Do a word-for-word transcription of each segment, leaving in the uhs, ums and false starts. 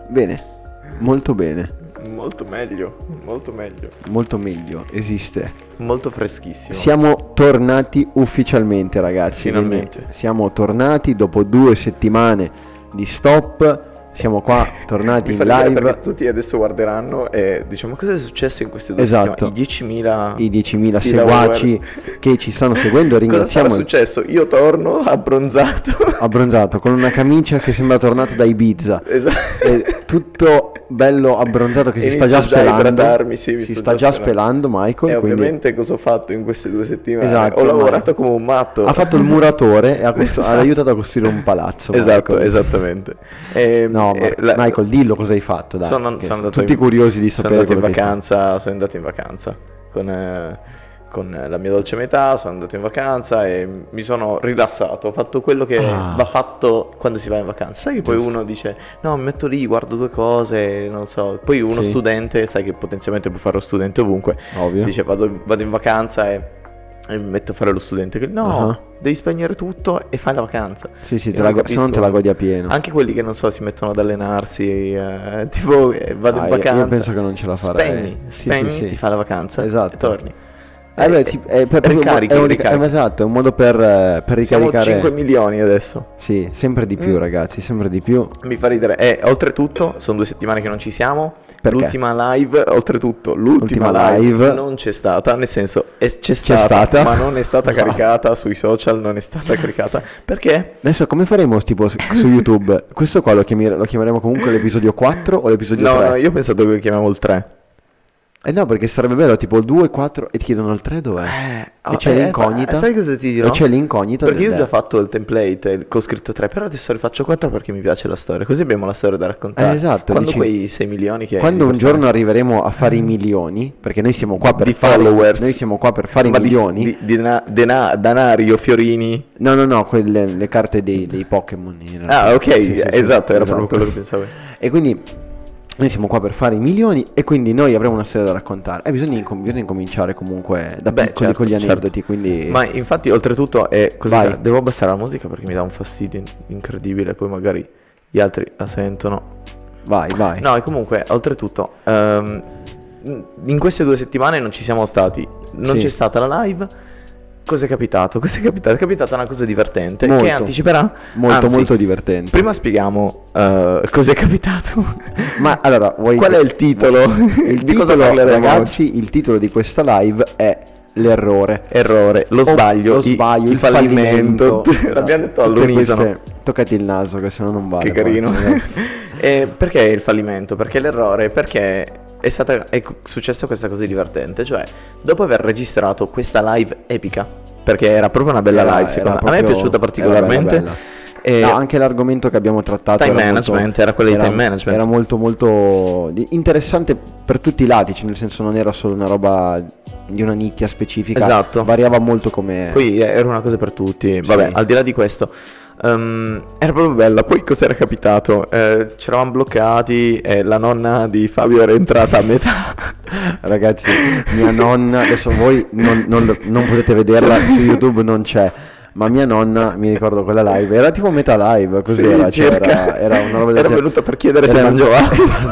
Bene, molto bene. Molto meglio, molto meglio. Molto meglio, esiste. Molto freschissimo. Siamo tornati ufficialmente, ragazzi. Finalmente. Quindi siamo tornati dopo due settimane di stop. Siamo qua, tornati Mi in fa ridere live. perché tutti adesso guarderanno e diciamo cosa è successo in queste due Esatto. settimane. I diecimila I diecimila follower. seguaci che ci stanno seguendo. Cosa sarà Ringraziamo. successo? Io torno abbronzato. Abbronzato con una camicia che sembra tornato da Ibiza. Esatto. È tutto bello abbronzato che si sta Inizio già già a spelando. idratarmi, sì, mi si sto sta già già spelando, Michael. E quindi ovviamente cosa ho fatto in queste due settimane? Esatto, Ho lavorato ormai. come un matto. ha fatto il muratore e ha, costru- Esatto. ha aiutato a costruire un palazzo. Esatto, Michael. esattamente. E, No, ma e la- Michael, dillo cosa hai fatto. Dai, sono, che sono andato tutti in- curiosi di sono sapere andato in quello che hai vacanza, sono andato in vacanza con, eh, con la mia dolce metà, sono andato in vacanza e mi sono rilassato, ho fatto quello che Ah. va fatto quando si va in vacanza. Sai che poi Giusto. uno dice no, mi metto lì, guardo due cose, non so. Poi uno Sì. studente, sai che potenzialmente può fare lo studente ovunque, fatto. Ovvio. dice vado, vado in vacanza e, e mi metto a fare lo studente. Che no, Ah. devi spegnere tutto e fai la vacanza. Sì, sì, Io te la go- se capisco. non te la godi a pieno. Anche quelli che non so si mettono ad allenarsi, eh, tipo eh, vado Ah, in io- vacanza. io penso che non ce la farei. Spegni, Sì, spegni, sì, sì. ti fai la vacanza Esatto. e torni. Eh beh, sì, è per- ricarichi, è un, ricarichi. è- esatto, è un modo per, eh, per Siamo ricaricare. cinque milioni adesso. Sì, sempre di più, Mm. ragazzi, sempre di più. Mi fa ridere. E oltretutto, sono due settimane che non ci siamo. Perché? L'ultima live, oltretutto, l'ultima L'ultima live, live non c'è stata. Nel senso, è- c'è, stata, stata. ma non è stata No. caricata sui social. Non è stata caricata perché? Adesso come faremo tipo su su YouTube? Questo qua lo, chiami- lo chiameremo comunque l'episodio quattro o l'episodio No, tre? no, io ho pensato che chiamiamo il tre. Eh no, perché sarebbe bello tipo il due, quattro e ti chiedono il tre dov'è? Eh, E c'è eh, l'incognita. fa- Sai cosa ti dirò? E c'è l'incognita Perché io ho del- già fatto il template il- con scritto tre, però adesso rifaccio quattro perché mi piace la storia. Così abbiamo la storia da raccontare. Eh, esatto, Quando dici- quei sei milioni che Quando di un persone- giorno arriveremo a fare i milioni, perché noi siamo qua per Di fare followers. noi siamo qua per fare Ma i di- milioni. di, di dena- dena- danari o fiorini. No, no, no, quelle le carte dei, dei Pokémon. in realtà. Ah, ok, Sì, sì, sì, esatto, era esatto. proprio quello che pensavo. E quindi noi siamo qua per fare i milioni e quindi noi avremo una storia da raccontare. E bisogna, incom- bisogna incominciare comunque da Beh, piccoli certo, con gli certo. aneddoti, quindi Ma infatti, oltretutto, è così. Vai. da- Devo abbassare la musica perché mi dà un fastidio in- incredibile. Poi magari gli altri la sentono. vai, vai. No, e comunque, oltretutto, ehm, in queste due settimane non ci siamo stati. Non Sì. c'è stata la live. Cosa è capitato? Cosa è capitato? È capitata una cosa divertente Molto. che anticiperà. Molto, Anzi, molto divertente. Prima spieghiamo eh, cosa è capitato. Ma allora, vuoi Qual è il titolo? Il Di cosa titolo, parleremo ragazzi, il titolo di questa live è l'errore. Errore, lo O- sbaglio, lo i- sbaglio, il, fallimento. fallimento. L'abbiamo detto Tutte all'unisono. queste- Toccati il naso, che se no non vale. Che carino. poi. E perché il fallimento? Perché l'errore? Perché è stata è successa questa cosa divertente, cioè dopo aver registrato questa live epica, perché era proprio una bella Era- live, secondo era me. A me è proprio- piaciuta particolarmente. era bella, bella. E No, anche l'argomento che abbiamo trattato Time era management, molto, era quello di time management. era molto molto di- interessante per tutti i lati, cioè nel senso non era solo una roba di una nicchia specifica, Esatto. variava molto come Poi era una cosa per tutti. Vabbè, Sì. al di là di questo, ehm, era proprio bella. Poi cos'era capitato? Eh, c'eravamo bloccati e la nonna di Fabio era entrata a metà. Ragazzi, mia nonna, adesso voi non, non- non potete vederla su YouTube, non c'è. Ma mia nonna, mi ricordo quella live, era tipo metà live, cos'era? Sì, Cioè, circa. era, era una roba del Era genere. venuta per chiedere se Era- mangiava.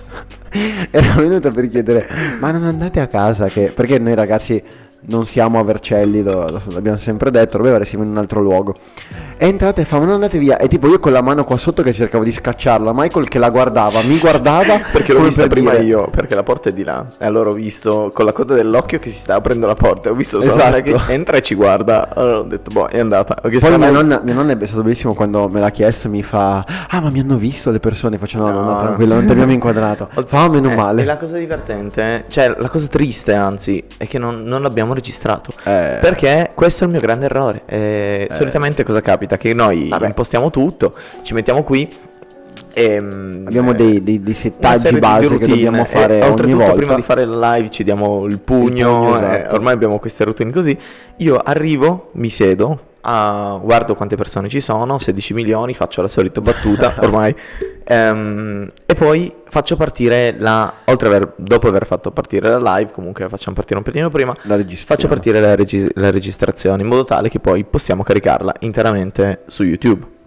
Era venuta per chiedere, ma non andate a casa? Che... Perché noi ragazzi non siamo a Vercelli, lo, lo- l'abbiamo sempre detto, doveva siamo in un altro luogo. È entrata e fa, ma non andate via. E tipo io con la mano qua sotto che cercavo di scacciarla, Michael che la guardava, mi guardava. Perché l'ho come vista per prima dire- io, perché la porta è di là. E allora ho visto con la coda dell'occhio che si stava aprendo la porta. Ho visto sua Esatto. nonna che entra e ci guarda. Allora ho detto, boh, è andata. Perché Poi sta mia là- nonna, mia nonna è stato bellissimo quando me l'ha chiesto, mi fa, ah ma mi hanno visto le persone, faccio no, no, no, No. tranquillo, non ti abbiamo inquadrato. Fa, meno Eh, male. E la cosa divertente, cioè la cosa triste anzi, è che non, non l'abbiamo registrato. Eh. Perché questo è il mio grande errore. Eh, Solitamente cosa capita? Che noi Vabbè. impostiamo tutto, ci mettiamo qui e mm, Abbiamo eh, dei, dei- dei una settaggi serie di base che routine, dobbiamo fare e, ogni oltretutto volta. prima di fare la live ci diamo il pugno, pugno, eh, esatto. ormai abbiamo queste routine così. Io arrivo, mi siedo, ah, guardo quante persone ci sono, sedici milioni, faccio la solita battuta ormai, ehm, e poi faccio partire la, oltre aver, dopo aver fatto partire la live, comunque la facciamo partire un pelino prima, La registriamo. faccio partire la, regi- la registrazione in modo tale che poi possiamo caricarla interamente su YouTube.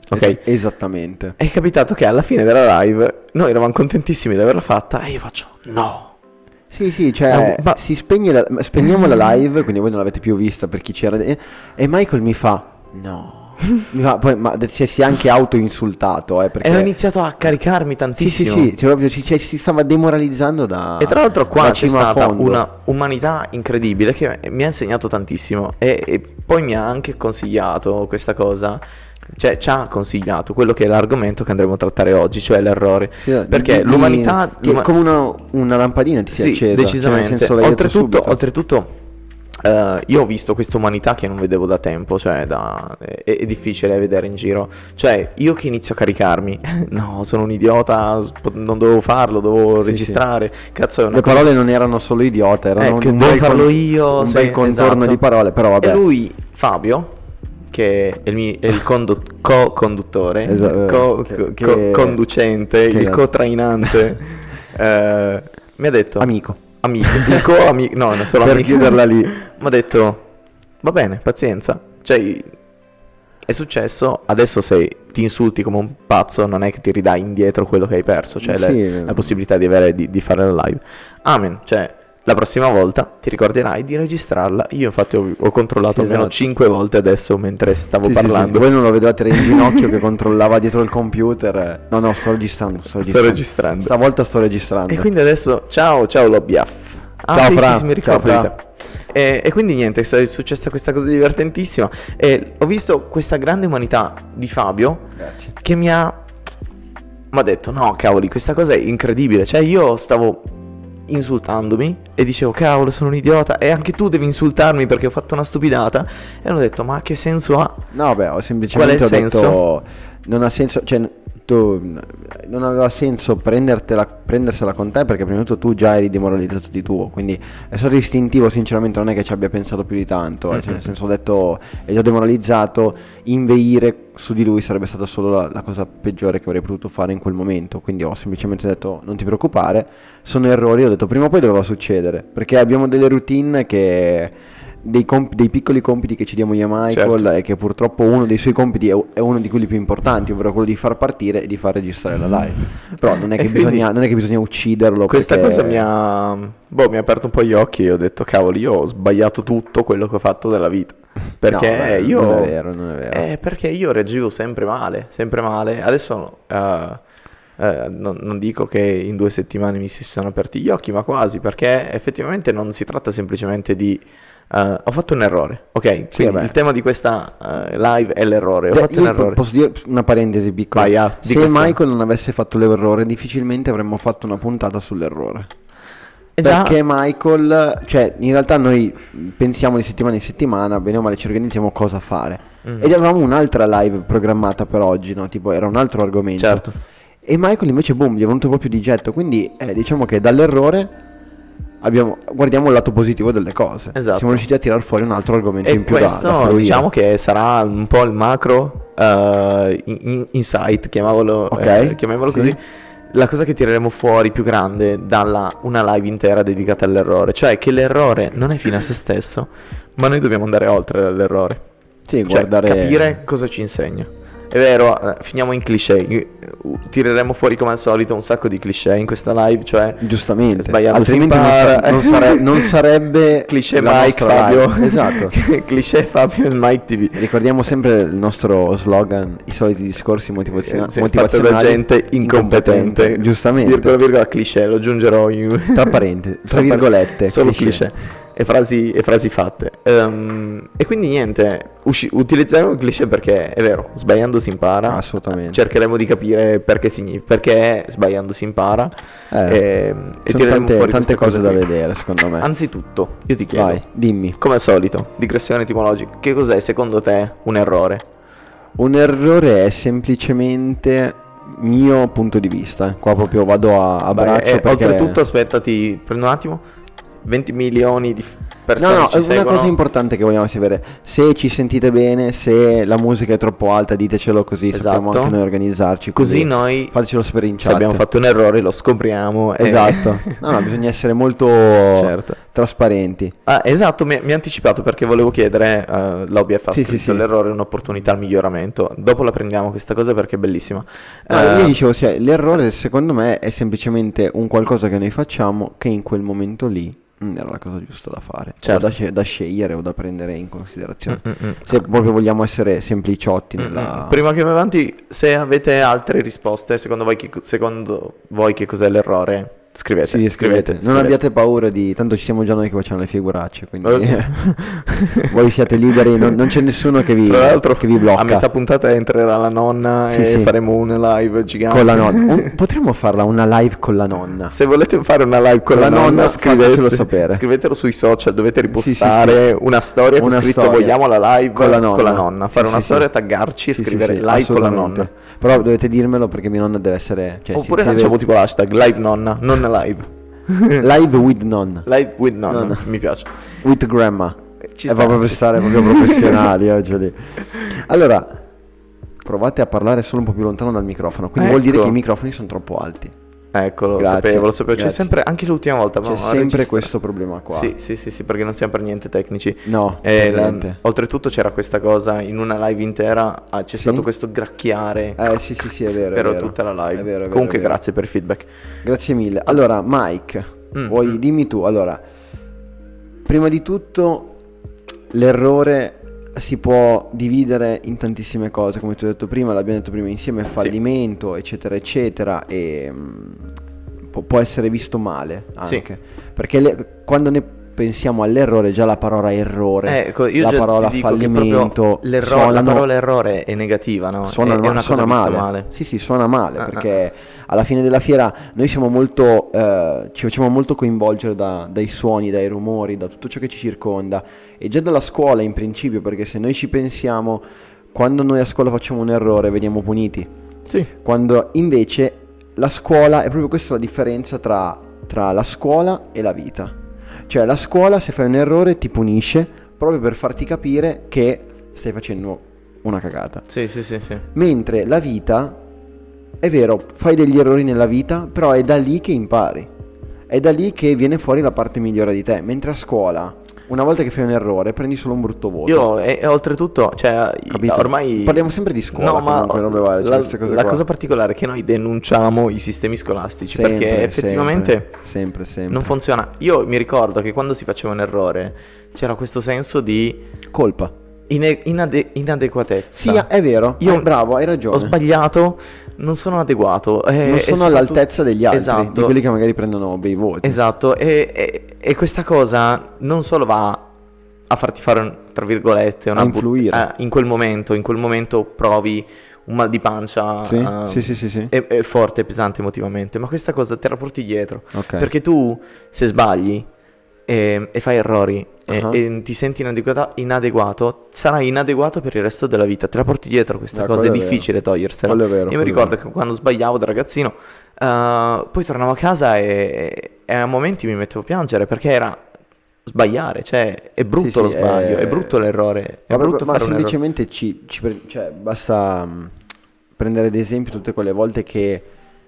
Ok? Es- esattamente. È capitato che alla fine della live noi eravamo contentissimi di averla fatta e io faccio no. Sì, sì, cioè No, ma- si spegne la, spegniamo la live, quindi voi non l'avete più vista per chi c'era. E, e Michael mi fa, no. Mi fa, poi, ma cioè, si è anche auto-insultato, eh, perché... E ho iniziato a caricarmi Sì, sì, tantissimo. sì, cioè, proprio ci, cioè, si stava demoralizzando da... E tra l'altro qua da c'è cima a stata fondo. una umanità incredibile che mi ha insegnato tantissimo e, e poi mi ha anche consigliato questa cosa, cioè ci ha consigliato quello che è l'argomento che andremo a trattare oggi, cioè l'errore. Sì, di- Perché di- l'umanità... che l'uma- come una, una lampadina ti si è Sì, accesa. decisamente. Cioè, nel senso, l'hai detto oltretutto, subito. oltretutto eh, io ho visto questa umanità che non vedevo da tempo, cioè da- è, è difficile vedere in giro. Cioè, io che inizio a caricarmi, no, sono un idiota, sp- non dovevo farlo, dovevo Sì, registrare. Cazzo, è una Le cosa- parole non erano solo idiota, erano Eh, che un devo bel farlo con- io, un sì, bel contorno esatto. di parole, però vabbè. E lui, Fabio, che è il, mio, è il condu- co-conduttore, Esa- eh, co- che- co- che- conducente, che- il co-trainante, eh, mi ha detto... Amico. Amico, il co-amico, no, non solo Per amico. chiuderla lì. Mi ha detto, va bene, pazienza. Cioè, è successo, adesso se ti insulti come un pazzo non è che ti ridai indietro quello che hai perso, cioè Sì. le- la possibilità di avere di, di fare la live. Amen, cioè la prossima volta ti ricorderai di registrarla. Io infatti ho, ho controllato Sì, almeno esatto. cinque volte adesso mentre stavo Sì, sì, sì. parlando. Voi non lo vedete, era in ginocchio che controllava dietro il computer. eh. No, no, sto registrando, sto Sto registrando. registrando. Stavolta sto registrando. E quindi adesso, ciao, ciao Lobbiaf. Ah, Ciao, sì, Fra. sì, sì, mi ricordo Ciao, di te. E, e quindi niente, è successa questa cosa divertentissima. E ho visto questa grande umanità di Fabio Grazie. che mi ha mi ha detto no cavoli, questa cosa è incredibile, cioè io stavo insultandomi e dicevo cavolo sono un idiota e anche tu devi insultarmi perché ho fatto una stupidata e hanno detto ma che senso ha? No, beh, ho semplicemente Qual è il ho detto non ha senso, cioè tu non aveva senso prendertela, prendersela con te perché prima di tutto tu già eri demoralizzato di tuo, quindi è stato istintivo, sinceramente non è che ci abbia pensato più di tanto, eh, cioè, nel senso ho detto è già demoralizzato, inveire su di lui sarebbe stata solo la, la cosa peggiore che avrei potuto fare in quel momento, quindi ho semplicemente detto non ti preoccupare, sono errori, ho detto prima o poi doveva succedere, perché abbiamo delle routine che dei, comp- dei piccoli compiti che ci diamo io e Michael Certo. e che purtroppo uno dei suoi compiti è, è uno di quelli più importanti, ovvero quello di far partire e di far registrare la live. Però non è che, E quindi bisogna, non è che bisogna ucciderlo. questa perché... cosa mi ha boh, mi ha aperto un po' gli occhi e ho detto cavoli io ho sbagliato tutto quello che ho fatto della vita perché No, beh, io non è vero, non è vero. eh, perché io reagivo sempre male, sempre male. Adesso eh, eh, non, non dico che in due settimane mi si sono aperti gli occhi, ma quasi, perché effettivamente non si tratta semplicemente di eh, ho fatto un errore, ok? Quindi vabbè. il tema di questa eh, live è l'errore. Ho Beh, fatto io un errore. posso dire una parentesi piccola? Vai, ah, Se dica sì. Michael non avesse fatto l'errore, difficilmente avremmo fatto una puntata sull'errore. Eh già, Perché Michael, cioè in realtà noi pensiamo di settimana in settimana, bene o male ci organizziamo cosa fare. Mhm. Ed avevamo un'altra live programmata per oggi, no? Tipo era un altro argomento. certo. E Michael invece boom, gli è venuto proprio di getto. Quindi eh, diciamo che dall'errore abbiamo, guardiamo il lato positivo delle cose. Esatto. Siamo riusciti a tirar fuori un altro argomento E in più da, questo da fruire. diciamo che sarà un po' il macro eh, in- in- insight, chiamavolo, Ok, eh, chiamiamolo sì. così. La cosa che tireremo fuori più grande dalla una live intera dedicata all'errore, cioè che l'errore non è fine a se stesso, ma noi dobbiamo andare oltre dall'errore. Sì, Cioè guardare... capire cosa ci insegna. È vero, eh, finiamo in cliché. Io- uh, Tireremo fuori come al solito un sacco di cliché in questa live, cioè Giustamente, sbagliando si altrimenti non, impara. sa- non sare- non sarebbe cliché la Mike nostra Fabio. live. Esatto. cliché Fabio e Mike T V. Ricordiamo sempre il nostro slogan, i soliti discorsi motivazio- Eh, sì, motivazionali fatto da gente incompetente. Giustamente. Virgola virgola cliché, lo aggiungerò in... Tra parentesi, tra virgolette, Solo cliché. cliché. E frasi, e frasi fatte. Ehm, e quindi niente, usci- utilizzeremo il cliché perché è vero, sbagliando si impara. Assolutamente. Cercheremo di capire perché, signi- perché sbagliando si impara. Eh, e, e Sono tireremo tante, fuori tante queste cose da qui. vedere, secondo me. Anzitutto, io ti chiedo, Vai, dimmi. come al solito, digressione etimologica, che cos'è secondo te un errore? Un errore è semplicemente mio punto di vista. eh. Qua proprio vado a, a Vai, braccio e perché... oltretutto, aspetta, ti prendo un attimo. venti milioni di f- persone No, no, ci una seguono. cosa importante che vogliamo sapere, se ci sentite bene, se la musica è troppo alta, ditecelo così sappiamo Esatto. anche noi organizzarci. Così noi, fatecelo sapere in se chat. abbiamo fatto un errore, lo scopriamo. e- Esatto. No, no, bisogna essere molto Certo. trasparenti. Ah, esatto, mi mi ha anticipato perché volevo chiedere, uh, l'O B F ha Sì, scritto sì, sì. l'errore è un'opportunità al miglioramento. Dopo la prendiamo questa cosa perché è bellissima. No, Eh, io dicevo, cioè, l'errore secondo me è semplicemente un qualcosa che noi facciamo che in quel momento lì non era la cosa giusta da fare, Certo. o da, sce- da scegliere o da prendere in considerazione. Mm, mm, mm. Se proprio vogliamo essere sempliciotti Mm, nella... mm. Prima che vai avanti, se avete altre risposte, secondo voi che, secondo voi che cos'è l'errore? Scrivete, Sì, scrivete. Non scrivete. abbiate paura di... Tanto ci siamo già noi che facciamo le figuracce, quindi Eh. voi siate liberi, non, non c'è nessuno che vi, Tra l'altro, che vi blocca. a metà puntata entrerà la nonna Sì, e sì. faremo una live gigante. Con la nonna. Un- potremmo farla una live con la nonna. Se volete fare una live con, Con la, la nonna, nonna, scrivete- fatecelo sapere. scrivetelo sui social, dovete Sì, sì, ripostare sì. una storia con Una scritto storia. vogliamo la live Con la nonna. fare Sì, una sì, storia, sì. taggarci e Sì, sì, scrivere sì, live con la assolutamente. nonna. Però dovete dirmelo perché mia nonna deve essere... Cioè, si- Oppure si deve- facciamo tipo l'hashtag live nonna, nonna live. Live with nonna. Live with nonna, Nonna. mi piace. With grandma. Ci e sta, va proprio ci stare sta. proprio professionali oggi lì. Allora, provate a parlare solo un po' più lontano dal microfono. Quindi vuol dire Ecco. che i microfoni sono troppo alti. Ecco, lo Grazie, sapevo, lo sapevo. C'è grazie. sempre, anche l'ultima volta, C'è ma sempre registra- questo problema qua. Sì, sì, sì, sì, perché non siamo per niente tecnici. No, E per la- niente. oltretutto c'era questa cosa in una live intera, ah, c'è Sì? stato questo gracchiare Eh sì, sì, sì, è vero. è per vero. tutta la live. È vero, è vero, Comunque è vero. grazie per il feedback. Grazie mille. Allora, Mike, Mm, vuoi mm. dimmi tu. Allora, prima di tutto, l'errore si può dividere in tantissime cose, come ti ho detto prima, l'abbiamo detto prima insieme, fallimento, eccetera, eccetera, e mm, può, può essere visto male anche. Perché le- quando ne pensiamo all'errore, già la parola errore, Ecco, io la già parola ti dico che fallimento, proprio l'errore, la suonano- parola errore è negativa, no? suona, è, è una suona cosa vista male. male. Sì, sì, suona male Ah, perché alla fine della fiera noi siamo molto, eh, ci facciamo molto coinvolgere da- dai suoni, dai rumori, da tutto ciò che ci circonda e già dalla scuola in principio, perché se noi ci pensiamo, quando noi a scuola facciamo un errore veniamo puniti, Sì. quando invece la scuola è proprio questa la differenza tra, tra la scuola e la vita. Cioè la scuola se fai un errore ti punisce proprio per farti capire che stai facendo una cagata. Sì, sì, sì, sì. Mentre la vita, è vero, fai degli errori nella vita, però è da lì che impari. È da lì che viene fuori la parte migliore di te. Mentre a scuola, una volta che fai un errore, prendi solo un brutto voto. Io, e, e oltretutto, cioè, Capito? ormai... Parliamo sempre di scuola, No, ma comunque, robe varie, cioè la, queste cose la qua. cosa particolare è che noi denunciamo i sistemi scolastici, Sempre, perché effettivamente sempre, sempre, sempre. non funziona. Io mi ricordo che quando si faceva un errore c'era questo senso di Colpa. ine- inade- inadeguatezza. Sì, è vero. Io Io, bravo, hai ragione. Ho sbagliato, non sono adeguato. eh, Non e sono soprattutto- all'altezza degli altri, Esatto. di quelli che magari prendono bei voti. Esatto, e, e- e questa cosa non solo va a farti fare, un- tra virgolette, una A bu- influire. eh, in quel momento, in quel momento provi un mal di pancia Sì, eh, sì, sì, sì, sì. È, è forte, pesante emotivamente, ma questa cosa te la porti dietro. Ok. Perché tu, se sbagli e, e fai errori e- Uh-huh. e, ti senti inadeguata- inadeguato, sarai inadeguato per il resto della vita. Te la porti dietro questa Eh, cosa, è quello è vero. difficile togliersela. Quello è vero, Io mi quello è ricordo vero. che quando sbagliavo da ragazzino, eh, poi tornavo a casa e, e a momenti mi mettevo a piangere perché era sbagliare, cioè è brutto Sì, lo sì, sbaglio, è- è brutto l'errore, è Ma, proprio- brutto ma fare un errore. semplicemente ci, ci pre- cioè, basta mh, prendere ad esempio tutte quelle volte che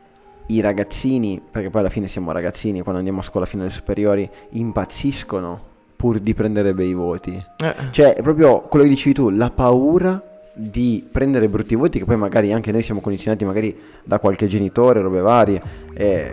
i ragazzini, perché poi alla fine siamo ragazzini quando andiamo a scuola fino alle superiori, impazziscono pur di prendere bei voti. Eh, Cioè, è proprio quello che dicevi tu, la paura di prendere brutti voti, che poi magari anche noi siamo condizionati magari da qualche genitore, robe varie. E...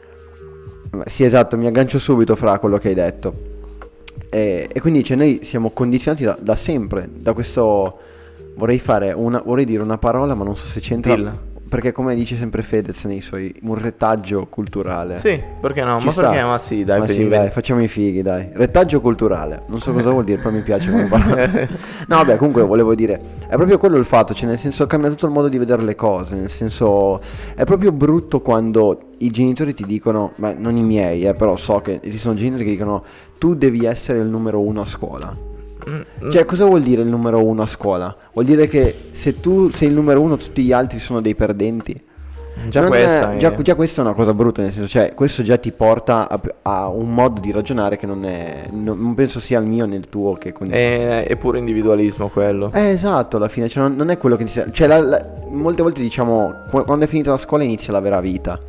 Sì, esatto, mi aggancio subito fra quello che hai detto. E, e quindi cioè, noi siamo condizionati da, da sempre, da questo... Vorrei fare una, vorrei dire una parola, ma non so se c'entra. Dilla. Perché come dice sempre Fedez nei suoi, un retaggio culturale. sì, perché no? Ci Ma sta. perché? Ma sì, dai, Ma per sì, invent- dai, facciamo i fighi, dai. Retaggio culturale. Non so cosa vuol dire, però mi piace come parola. No, vabbè, comunque volevo dire, è proprio quello il fatto, cioè nel senso cambia tutto il modo di vedere le cose, nel senso è proprio brutto quando i genitori ti dicono, ma non i miei, eh, però so che ci sono genitori che dicono tu devi essere il numero uno a scuola. Mm, Cioè, cosa vuol dire il numero uno a scuola? Vuol dire che se tu sei il numero uno tutti gli altri sono dei perdenti? Già Non questa è- è- già, già questa è una cosa brutta, nel senso, cioè, questo già ti porta a, a un modo di ragionare che non è, non, non penso sia il mio né il tuo, che quindi... È, è puro individualismo quello. Eh, esatto, alla fine, cioè, non, non è quello che ti serve. Cioè, la- la- molte volte diciamo, qu- quando è finita la scuola inizia la vera vita.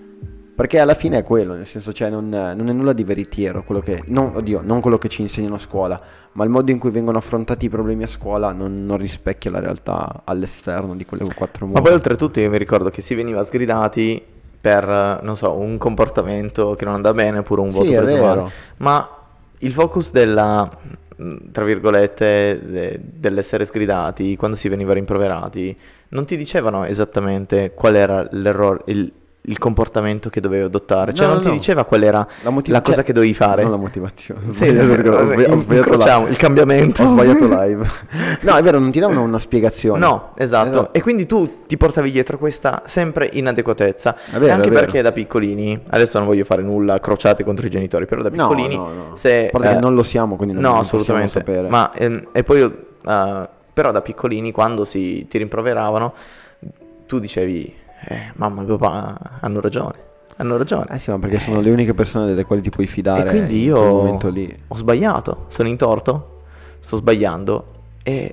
Perché alla fine è quello, nel senso, cioè, non, non è nulla di veritiero, quello che... Non, oddio, non quello che ci insegnano a scuola, ma il modo in cui vengono affrontati i problemi a scuola non, non rispecchia la realtà all'esterno di quelle quattro mura. Ma poi oltretutto io mi ricordo che si veniva sgridati per, non so, un comportamento che non andava bene oppure un Sì, voto è preso vero. male. Ma il focus della, mh, tra virgolette, de- dell'essere sgridati, quando si veniva rimproverati, non ti dicevano esattamente qual era l'errore, il, il comportamento che dovevi adottare. Cioè No, non no, ti no. diceva qual era La motiv- la cosa cioè, che dovevi fare. Non la motivazione. Ho Sì, sbagliato, perché ho sbagli- ho in- sbagliato incrociamo la- il cambiamento. Ho sbagliato live. No, è vero, non ti davano una spiegazione. No, esatto. Esatto. E quindi tu ti portavi dietro questa sempre inadeguatezza. È vero, e anche è vero. perché da piccolini, adesso non voglio fare nulla crociate contro i genitori, però da No, piccolini no, no. se A parte che eh, non lo siamo, quindi non, no, non assolutamente. possiamo sapere. Ma ehm, e poi eh, però da piccolini quando si ti rimproveravano tu dicevi eh, mamma e papà hanno ragione. Hanno ragione. Eh sì, ma perché sono le uniche persone delle quali ti puoi fidare. E quindi in quel io momento lì. ho sbagliato, sono in torto, sto sbagliando e,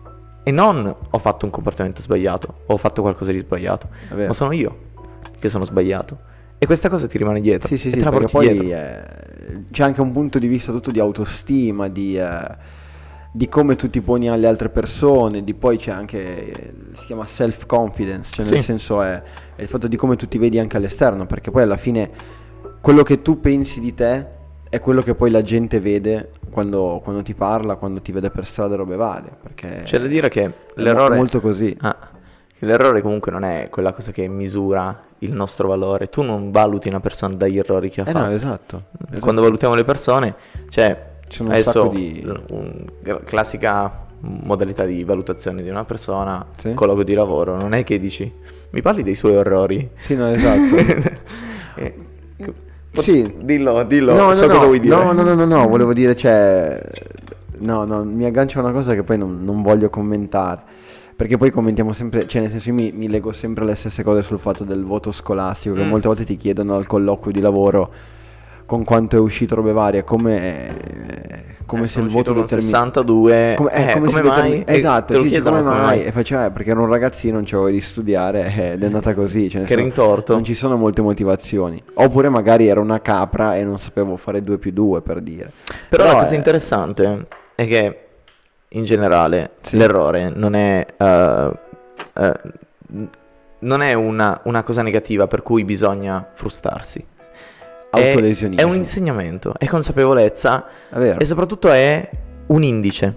e non ho fatto un comportamento sbagliato, ho fatto qualcosa di sbagliato, È vero. ma sono io che sono sbagliato. E questa cosa ti rimane dietro. Sì, sì, e sì, te la perché porti poi dietro. eh, c'è anche un punto di vista tutto di autostima, di, eh, di come tu ti poni alle altre persone, di poi c'è anche, eh, si chiama self-confidence, cioè nel Sì. senso è, è il fatto di come tu ti vedi anche all'esterno, perché poi alla fine quello che tu pensi di te è quello che poi la gente vede quando, quando ti parla, quando ti vede per strada e robe varie, perché C'è da dire che è l'errore... mo- molto così. Ah, che l'errore comunque non è quella cosa che misura il nostro valore. Tu non valuti una persona dagli errori che ha Eh fatto. no, esatto. esatto. Quando valutiamo le persone, cioè, Ci sono un adesso sacco di- l- un- gra- classica modalità di valutazione di una persona, Sì. colloquio di lavoro, non è che dici, mi parli dei suoi errori? Sì, no, esatto. Eh, Sì. Dillo, dillo, No, so no, cosa no, vuoi dire. no, no, no, no, no, volevo dire, cioè, no, no, mi aggancio a una cosa che poi non, non voglio commentare, perché poi commentiamo sempre, cioè nel senso io mi, mi leggo sempre le stesse cose sul fatto del voto scolastico, che Mm. molte volte ti chiedono al colloquio di lavoro con quanto è uscito robe varie, come, come Eh, se il sono voto uscito con determina... sessantadue, Come, eh, eh, come come se mai? determi- Eh, Esatto, te lo ti dici, chiedono come come mai? mai? E faccio, eh, perché ero un ragazzino, non c'avevo di studiare eh, ed è andata così. Cioè, nel Che eri senso, in torto. Non ci sono molte motivazioni. Oppure magari ero una capra e non sapevo fare due più due, per dire. Però la è- cosa interessante è che in generale Sì. l'errore non è, eh, eh, n- non è una, una cosa negativa per cui bisogna frustarsi. È, Autolesionismo. è un insegnamento, è consapevolezza È vero. e soprattutto è un indice.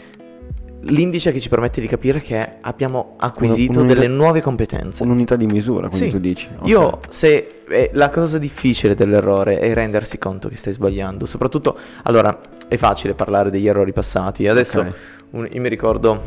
L'indice che ci permette di capire che abbiamo acquisito un'unità- delle nuove competenze. Un'unità di misura, quindi Sì. tu dici. ok. Io, se eh, la cosa difficile dell'errore è rendersi conto che stai sbagliando, soprattutto, allora, è facile parlare degli errori passati. Adesso Ok. un- io mi ricordo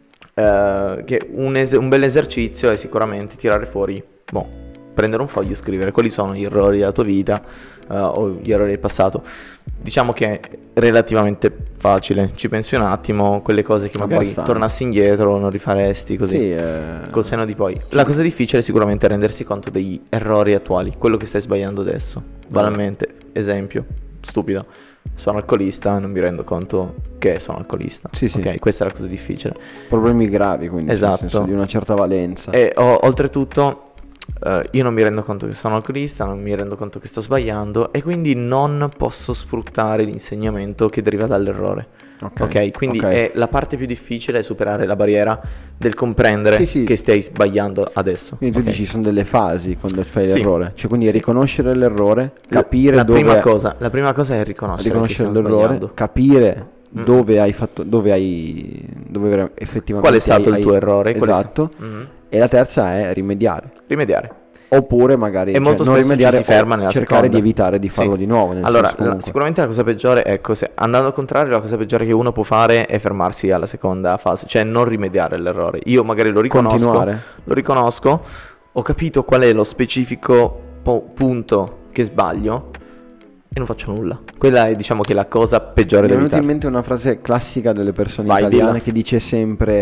eh, che un, es- un bel esercizio è sicuramente tirare fuori, boh, prendere un foglio e scrivere quali sono gli errori della tua vita eh, o gli errori del passato. Diciamo che è relativamente facile, ci pensi un attimo, quelle cose che magari Abbastanza. tornassi indietro non rifaresti così. Sì, eh, Col senno di poi. La cosa difficile è sicuramente rendersi conto degli errori attuali, quello che stai sbagliando adesso. Banalmente, esempio, stupido, sono alcolista, non mi rendo conto che sono alcolista. Sì, sì. Ok, questa è la cosa difficile. problemi gravi, quindi nel Esatto. senso, di una certa valenza. E o- oltretutto eh, io non mi rendo conto che sono alcolista, non mi rendo conto che sto sbagliando e quindi non posso sfruttare l'insegnamento che deriva dall'errore. Ok, Ok, quindi ok. è la parte più difficile è superare la barriera del comprendere Sì, sì. che stai sbagliando adesso. Quindi tu ok? dici sono delle fasi quando fai Sì. l'errore. Cioè, quindi Sì. riconoscere l'errore, La- capire la dove prima cosa, la prima cosa è riconoscere, riconoscere che stiamo l'errore, sbagliando. capire Mm. dove hai fatto, dove hai, dove vera- effettivamente Qual è stato hai- il tuo hai- errore? Qual è Esatto. sta- Mhm. E la terza è rimediare. Rimediare. Oppure magari E molto cioè, non spesso ci rimediare si ferma o nella cercare seconda. di evitare di farlo Sì. di nuovo. Nel Allora, senso, la- comunque. sicuramente la cosa peggiore, ecco, se, andando al contrario, la cosa peggiore che uno può fare è fermarsi alla seconda fase, cioè non rimediare all'errore. Io magari lo riconosco, Continuare. lo riconosco, ho capito qual è lo specifico po- punto che sbaglio e non faccio nulla. Quella è, diciamo, che la cosa peggiore Mi da è venuta in evitare. mente una frase classica delle persone Vai, italiane dilla. che dice sempre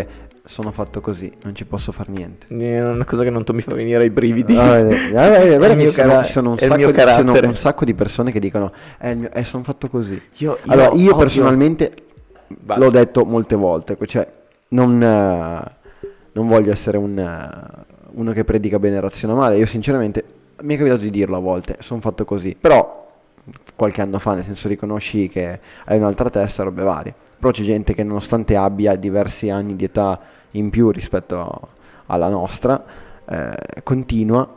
sono fatto così, non ci posso far niente. È una cosa che non mi fa venire i brividi. Ah, eh, eh, eh, guarda il che mio ci sono, cara- ci sono un è il sacco mio di, ci sono carattere. un sacco di persone che dicono eh, il mio- eh, sono fatto così. Io, io Allora, io odio- personalmente Vai. l'ho detto molte volte, cioè non, eh, non voglio essere un, eh, uno che predica bene e raziona male, io sinceramente mi è capitato di dirlo a volte, sono fatto così, però qualche anno fa, nel senso riconosci che hai un'altra testa, robe varie, però c'è gente che nonostante abbia diversi anni di età in più rispetto alla nostra, eh, continua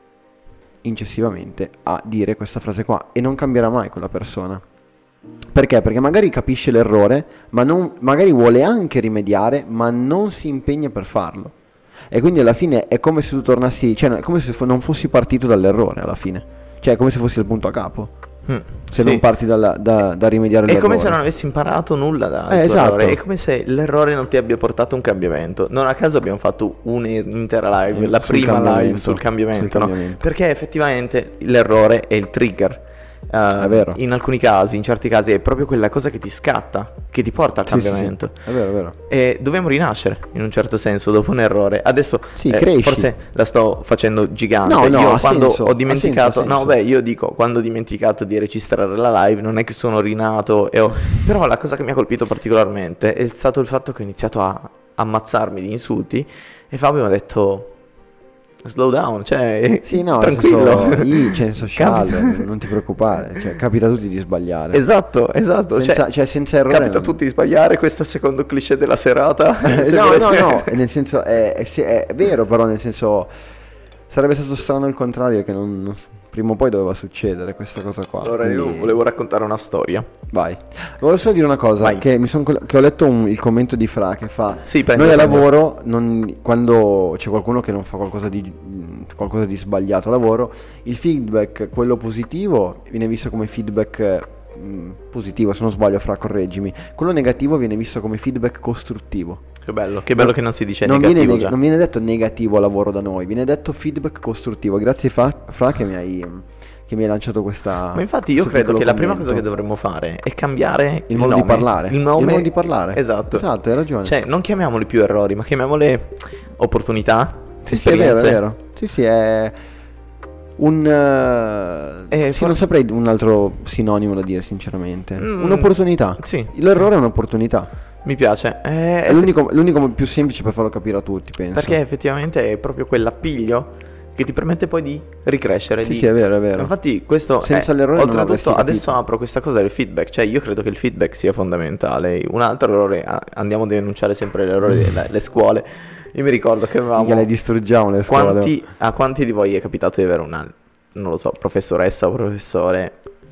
incessivamente a dire questa frase qua e non cambierà mai quella persona. Perché? Perché magari capisce l'errore, ma non, magari vuole anche rimediare, ma non si impegna per farlo. E quindi alla fine è come se tu tornassi, cioè è come se fo- non fossi partito dall'errore alla fine. Cioè è come se fossi il punto a capo. Mm, Se sì. non parti dalla- da, da rimediare È l'errore. come se non avessi imparato nulla da Eh, esatto. errore. È come se l'errore non ti abbia portato un cambiamento. Non a caso abbiamo fatto un'intera live, Eh, la sul prima live cambiamento, sul cambiamento, sul no? cambiamento. Perché effettivamente l'errore è il trigger. Uh, È vero. In alcuni casi, in certi casi è proprio quella cosa che ti scatta, che ti porta al Sì, sì, sì. cambiamento. È vero, è vero. E dobbiamo rinascere in un certo senso dopo un errore. Adesso Sì, eh, cresci. forse la sto facendo gigante. No, no, io ha quando senso, ho ha dimenticato, senso, ha no, senso. beh, io dico quando ho dimenticato di registrare la live, non è che sono rinato. E ho... Però la cosa che mi ha colpito particolarmente è stato il fatto che ho iniziato a ammazzarmi di insulti e Fabio mi ha detto slow down, cioè Sì, no, tranquillo. nel senso, io, cioè, nel senso, scialle, Capita- non ti preoccupare, cioè, capita a tutti di sbagliare. Esatto, esatto. Senza, cioè, cioè, senza errore. capita a non- tutti di sbagliare, questo è il secondo cliché della serata. Eh, Se no, volete- no, no, e nel senso, è, è- sì, è vero, però nel senso, sarebbe stato strano il contrario, che non, non- prima o poi doveva succedere questa cosa qua. Allora io quindi- volevo raccontare una storia. Vai. Volevo solo dire una cosa, Vai. che, mi son col- che ho letto un- il commento di Fra che fa, Sì, prendo, noi a prendo. lavoro, non- quando c'è qualcuno che non fa qualcosa di, mh, qualcosa di sbagliato a lavoro, il feedback, quello positivo, viene visto come feedback mh, positivo, se non sbaglio Fra, correggimi, quello negativo viene visto come feedback costruttivo. Che bello, che bello che non si dice non negativo viene, neg- già. non viene detto negativo lavoro da noi, viene detto feedback costruttivo. Grazie Fra, Fra che mi hai... che mi hai lanciato questa... Ma infatti io questo credo piccolo che la prima commento. cosa che dovremmo fare è cambiare Il modo di nome. parlare. Il nome Il modo di parlare. Esatto. Esatto, hai ragione. Cioè, non chiamiamoli più errori, ma chiamiamole opportunità, Sì, sì, è vero, è esperienze. vero. Sì, sì, è un... eh, Eh, sì, for- non saprei un altro sinonimo da dire, sinceramente. Mm, Un'opportunità. sì, L'errore è un'opportunità. Mi piace. Eh, È l'unico, l'unico più semplice per farlo capire a tutti, penso. Perché effettivamente è proprio quell'appiglio che ti permette poi di ricrescere. Sì, di... sì, è vero, è vero. Infatti questo Senza è, l'errore non avresti oltretutto adesso capito. apro questa cosa del feedback, cioè io credo che il feedback sia fondamentale. Un altro errore, ah, andiamo a denunciare sempre l'errore delle scuole. Io mi ricordo che avevamo Mica le distruggiamo le scuole. quanti, a quanti di voi è capitato di avere una, non lo so, professoressa o professore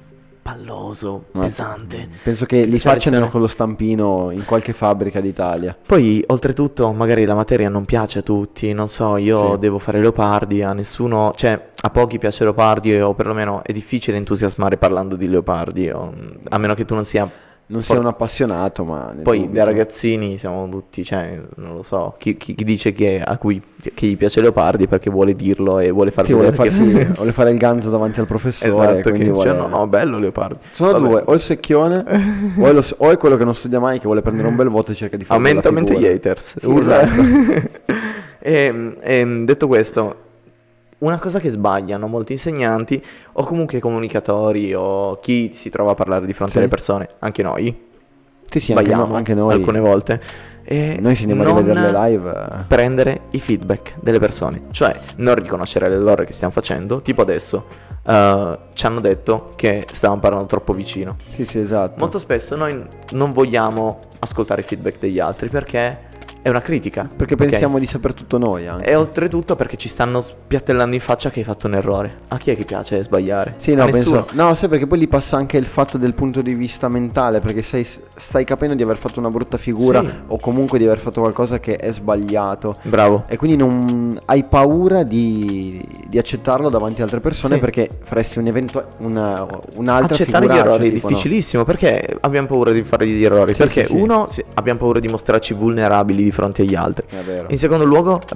palloso, Ma- pesante? Penso che li Cioè, facciano lezione- con lo stampino in qualche fabbrica d'Italia. Poi, oltretutto, magari la materia non piace a tutti, non so, io Sì. devo fare Leopardi, a nessuno, cioè, a pochi piace Leopardi, o perlomeno è difficile entusiasmare parlando di Leopardi, o- a meno che tu non sia... Non For- sei un appassionato, ma... nel Poi, dubbio. da ragazzini siamo tutti, cioè, non lo so, chi, chi- chi dice che, a cui che gli piace Leopardi perché vuole dirlo e vuole far Sì, vuole, vedere farsi- che... vuole fare il ganzo davanti al professore. Esatto, quindi che vuole- dice, no, no, bello Leopardi. Sono Vabbè. due, o il secchione, o, è lo- o è quello che non studia mai, che vuole prendere un bel voto e cerca di fare Aumenta, bella aumenta gli figura. haters. Sì, urla. esatto. e, e, detto questo, una cosa che sbagliano molti insegnanti o comunque comunicatori o chi si trova a parlare di fronte Sì. alle persone, anche noi, Sì, sì, anche, sbagliamo no- anche noi. alcune volte. E Noi se andiamo a non rivedere le live... eh, prendere i feedback delle persone, cioè non riconoscere l'errore che stiamo facendo, tipo adesso eh, ci hanno detto che stavamo parlando troppo vicino. Sì, sì, esatto. Molto spesso noi non vogliamo ascoltare i feedback degli altri perché è una critica. Perché ok? pensiamo di saper tutto noi anche. E oltretutto perché ci stanno spiattellando in faccia che hai fatto un errore. A chi è che piace sbagliare? Sì, A no, nessuno. penso... No, sai perché poi lì passa anche il fatto del punto di vista mentale, perché sei, stai capendo di aver fatto una brutta figura Sì. o comunque di aver fatto qualcosa che è sbagliato. Bravo. E quindi non hai paura di, di accettarlo davanti ad altre persone Sì. perché faresti un evento, una, un'altra Accettare gli figuraccia, errori è tipo, no? difficilissimo perché abbiamo paura di fare gli errori. Sì, perché sì, sì. uno, sì, abbiamo paura di mostrarci vulnerabili di fronte agli altri. È vero. In secondo luogo,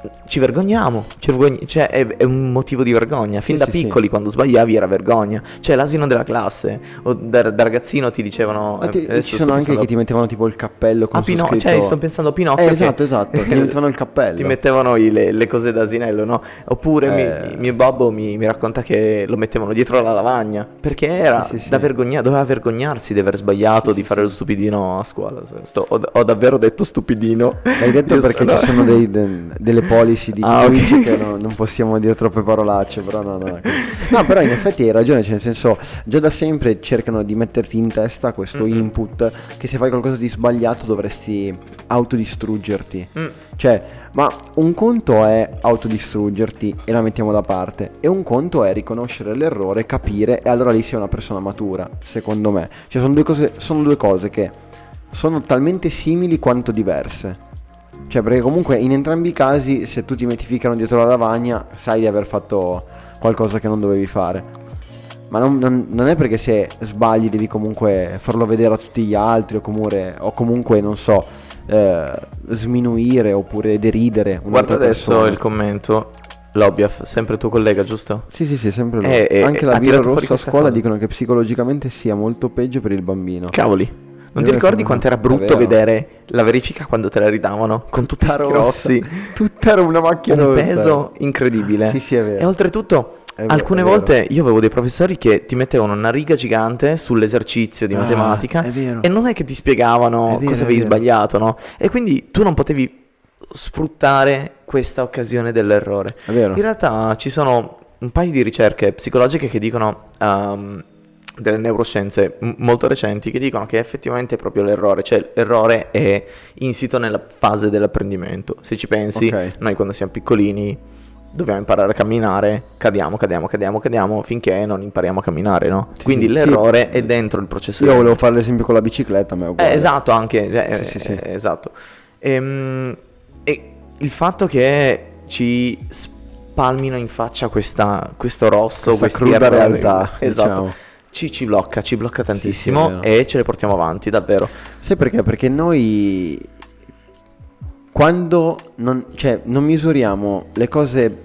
ci vergogniamo, ci vergogn- cioè è, è un motivo di vergogna. Fin Sì, da sì, sì. piccoli, quando sbagliavi, era vergogna. Cioè, l'asino della classe, o da, da ragazzino ti dicevano. Ma ti- eh, adesso ci sto sono anche pensando- che ti mettevano tipo il cappello con Ah, su Pino- scritto... cioè, sto pensando a Pinocchio. Eh, che- esatto, esatto, che gli mettevano il cappello. Ti mettevano i- le, le cose da asinello, no? Oppure Eh. mi- mio babbo mi, mi racconta che lo mettevano dietro la lavagna. Perché era Sì, sì, sì. da vergogna- doveva vergognarsi di aver sbagliato, di fare lo stupidino a scuola. Sto- ho, ho davvero detto stupidino. L'hai detto Io perché sono- ci sono dei- de- delle policy di Ah, ok. Twitch che no- non possiamo dire troppe parolacce, però no, no. No, però in effetti hai ragione, cioè nel senso, già da sempre cercano di metterti in testa questo Mm-mm. input che se fai qualcosa di sbagliato dovresti autodistruggerti. Mm. Cioè, ma un conto è autodistruggerti e la mettiamo da parte, e un conto è riconoscere l'errore, capire, e allora lì sei una persona matura, secondo me. Cioè, sono due cose, sono due cose che sono talmente simili quanto diverse. Cioè, perché comunque in entrambi i casi, se tu ti metti ficcano dietro la lavagna, sai di aver fatto qualcosa che non dovevi fare. Ma non, non- non è perché se sbagli devi comunque farlo vedere a tutti gli altri, o comunque, o comunque non so, eh, sminuire oppure deridere Guarda un'altra adesso persona. il commento. Lobiaf, sempre tuo collega, giusto? Sì, sì, sì, sempre lui. Eh, eh, Anche ha la birra tirato fuori rossa a questa scuola cosa. dicono che psicologicamente sia molto peggio per il bambino. Cavoli. Non Io ti ricordi che- quanto era è brutto vero. vedere la verifica quando te la ridavano? Con tutti Tutta sti rossa. rossi. Tutta era una macchia Un rossa. peso incredibile. Sì, sì, è vero. E oltretutto, È vero, alcune è vero. volte io avevo dei professori che ti mettevano una riga gigante sull'esercizio di Ah, matematica è vero. e non è che ti spiegavano È vero, cosa è avevi vero. sbagliato, no? E quindi tu non potevi sfruttare questa occasione dell'errore. È vero. In realtà ci sono un paio di ricerche psicologiche che dicono, ehm, delle neuroscienze m- molto recenti, che dicono che effettivamente è proprio l'errore, cioè l'errore è insito nella fase dell'apprendimento. Se ci pensi, Ok. noi quando siamo piccolini dobbiamo imparare a camminare, cadiamo, cadiamo, cadiamo, cadiamo, finché non impariamo a camminare, no? Sì, Quindi sì, l'errore sì. è dentro il processo. Io di- volevo fare l'esempio con la bicicletta, ma è uguale. eh, esatto, anche, eh, Sì, sì, sì. eh, esatto. Ehm, E, il fatto che ci spalmino in faccia questa, questo rosso, Questa questi cruda errori, realtà, esatto, diciamo. ci, ci blocca, ci blocca Sì, sì, è tantissimo vero. e ce le portiamo avanti, davvero. Sai perché? Perché noi quando non, cioè, non misuriamo le cose,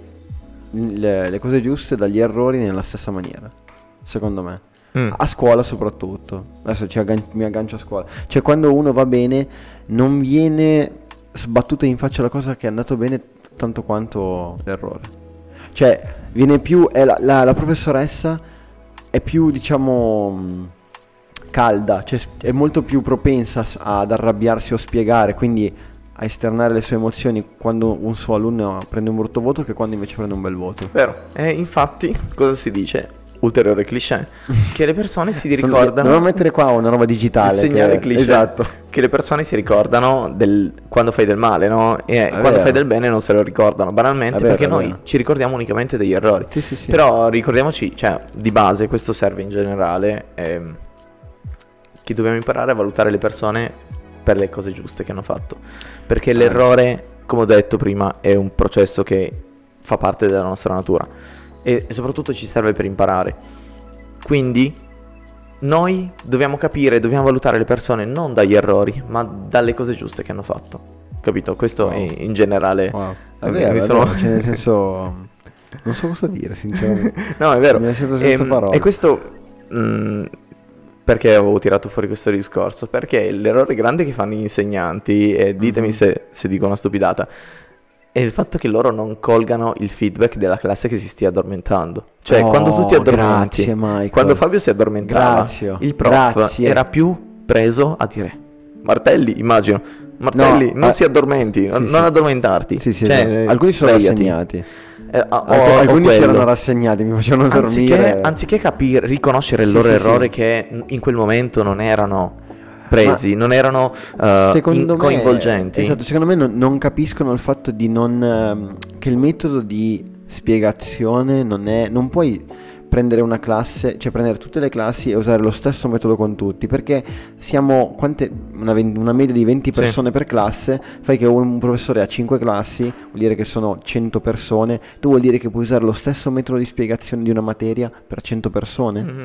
le, le cose giuste dagli errori nella stessa maniera, secondo me. Mm. A scuola soprattutto. Adesso ci aggan- mi aggancio a scuola. Cioè, quando uno va bene, non viene sbattuta in faccia la cosa che è andato bene tanto quanto l'errore. Cioè, viene più, è la, la- la professoressa è più, diciamo, mh, calda, cioè è molto più propensa s- ad arrabbiarsi o spiegare, quindi a esternare le sue emozioni quando un suo alunno prende un brutto voto che quando invece prende un bel voto. Vero. E infatti, cosa si dice? Ulteriore cliché, che le persone si Sono- ricordano. Dovevo mettere qua una roba digitale. Il segnale che- cliché. Esatto. Che le persone si ricordano del quando fai del male, no? E quando vero. fai del bene non se lo ricordano, banalmente, È vero, perché è noi vero. ci ricordiamo unicamente degli errori. Sì, sì, sì. Però ricordiamoci, cioè, di base, questo serve in generale, ehm, che dobbiamo imparare a valutare le persone per le cose giuste che hanno fatto. Perché Eh. l'errore, come ho detto prima, è un processo che fa parte della nostra natura e, e soprattutto ci serve per imparare. Quindi noi dobbiamo capire, dobbiamo valutare le persone non dagli errori, ma dalle cose giuste che hanno fatto. Capito? Questo Wow. è in generale. Wow. È eh, vero, mi è sono- vero, cioè, nel senso, non so cosa dire, sinceramente. No, è vero. Mi hai lasciato senza Ehm, parole. E questo mh, perché avevo tirato fuori questo discorso? Perché l'errore grande che fanno gli insegnanti, e ditemi Mhm. se, se dico una stupidata, è il fatto che loro non colgano il feedback della classe che si stia addormentando. Cioè, Oh, quando tu ti addormenti, grazie, Michael. quando Fabio si addormentava, Grazie, il prof grazie. era più preso a dire: Martelli, immagino, Martelli, No, non eh, si addormenti, non, sì, non sì. addormentarti. Sì, sì, Cioè, esatto. eh, Alcuni sono svegliati. rassegnati. Eh, o- Alc- o- o alcuni si quello. erano rassegnati, mi facevano Anziché, dormire. anziché capire, riconoscere il Sì, loro sì, errore sì. che in quel momento non erano presi, non erano eh, Secondo in- me, coinvolgenti. esatto, secondo me non, non capiscono il fatto di non ehm, che il metodo di spiegazione non è, non puoi prendere una classe, cioè prendere tutte le classi e usare lo stesso metodo con tutti, perché siamo quante, una, ven- una media di venti Sì. persone per classe, fai che un professore ha cinque classi, vuol dire che sono cento persone, tu vuol dire che puoi usare lo stesso metodo di spiegazione di una materia per cento persone? Mhm.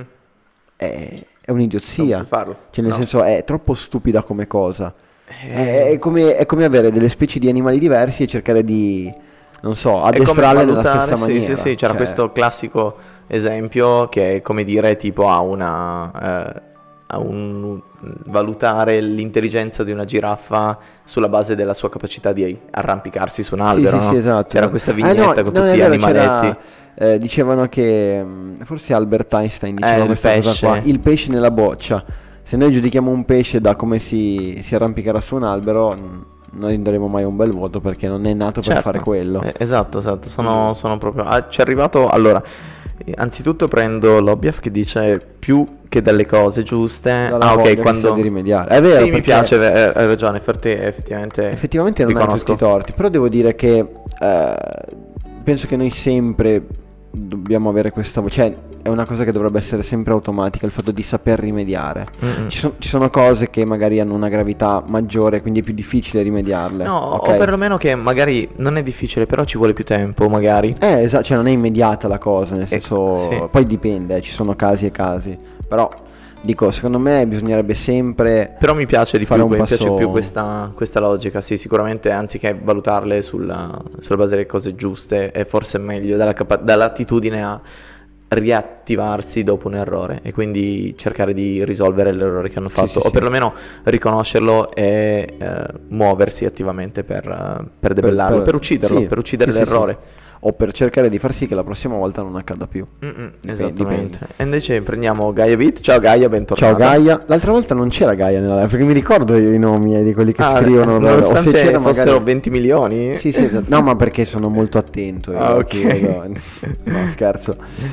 È, è Non un'idiozia. puoi farlo. Cioè, nel No. senso, è troppo stupida come cosa. Eh, È, è come, è come avere delle specie di animali diversi e cercare di non so, È come addestrarle nella valutare- stessa sì, maniera. Sì, sì, c'era Cioè, questo classico esempio che è come dire tipo a una... eh, a un valutare l'intelligenza di una giraffa sulla base della sua capacità di arrampicarsi su un albero, sì, sì, no? sì, esatto. C'era questa Ah, vignetta no, con no, è tutti gli vero, animaletti. c'era, eh, dicevano che mh, forse Albert Einstein Eh, diceva il questa cosa pesce. qua, il pesce nella boccia. Se noi giudichiamo un pesce da come si, si arrampicherà su un albero, n- non gli daremo mai un bel voto perché non è nato per Certo. fare quello. Eh, esatto, esatto, sono, sono proprio... ah, ci è arrivato... Allora, eh, anzitutto prendo l'Obiaf che dice più che delle cose giuste... Dalla Ah, voglia ok, che quando... sia di rimediare. È vero, Sì, mi perché piace, eh, hai ragione, per te effettivamente... effettivamente non ti hai conosco. tutti i torti, però devo dire che eh, penso che noi sempre dobbiamo avere questa voce, cioè è una cosa che dovrebbe essere sempre automatica, il fatto di saper rimediare. Mm-mm. Ci, son- ci sono cose che magari hanno una gravità maggiore, quindi è più difficile rimediarle. No, ok? o perlomeno che magari non è difficile, però ci vuole più tempo, magari. Eh, esatto, cioè non è immediata la cosa, nel senso, sì. poi dipende, eh, ci sono casi e casi, però dico, secondo me bisognerebbe sempre... Però mi piace di Fare più, un mi piace passo- più questa, questa logica, sì, sicuramente anziché valutarle sulla, sulla base delle cose giuste, è forse meglio dalla capa- dall'attitudine a riattivarsi dopo un errore e quindi cercare di risolvere l'errore che hanno fatto, sì, o sì. perlomeno riconoscerlo e eh, muoversi attivamente per, eh, per debellarlo, per, ucciderlo, sì, per uccidere sì, sì, l'errore. sì. O per cercare di far sì che la prossima volta non accada più. Mm-mm, Dipende- esattamente. dipende. E invece prendiamo Gaia Beat. Ciao Gaia, bentornata. Ciao Gaia, l'altra volta non c'era Gaia nella live, perché mi ricordo io i nomi eh, di quelli che Ah, scrivono, o nonostante se c'era fossero magari... venti milioni. Sì, sì, esatto. No, ma perché sono molto attento. io, Ah, ok. chi vedo- No, scherzo.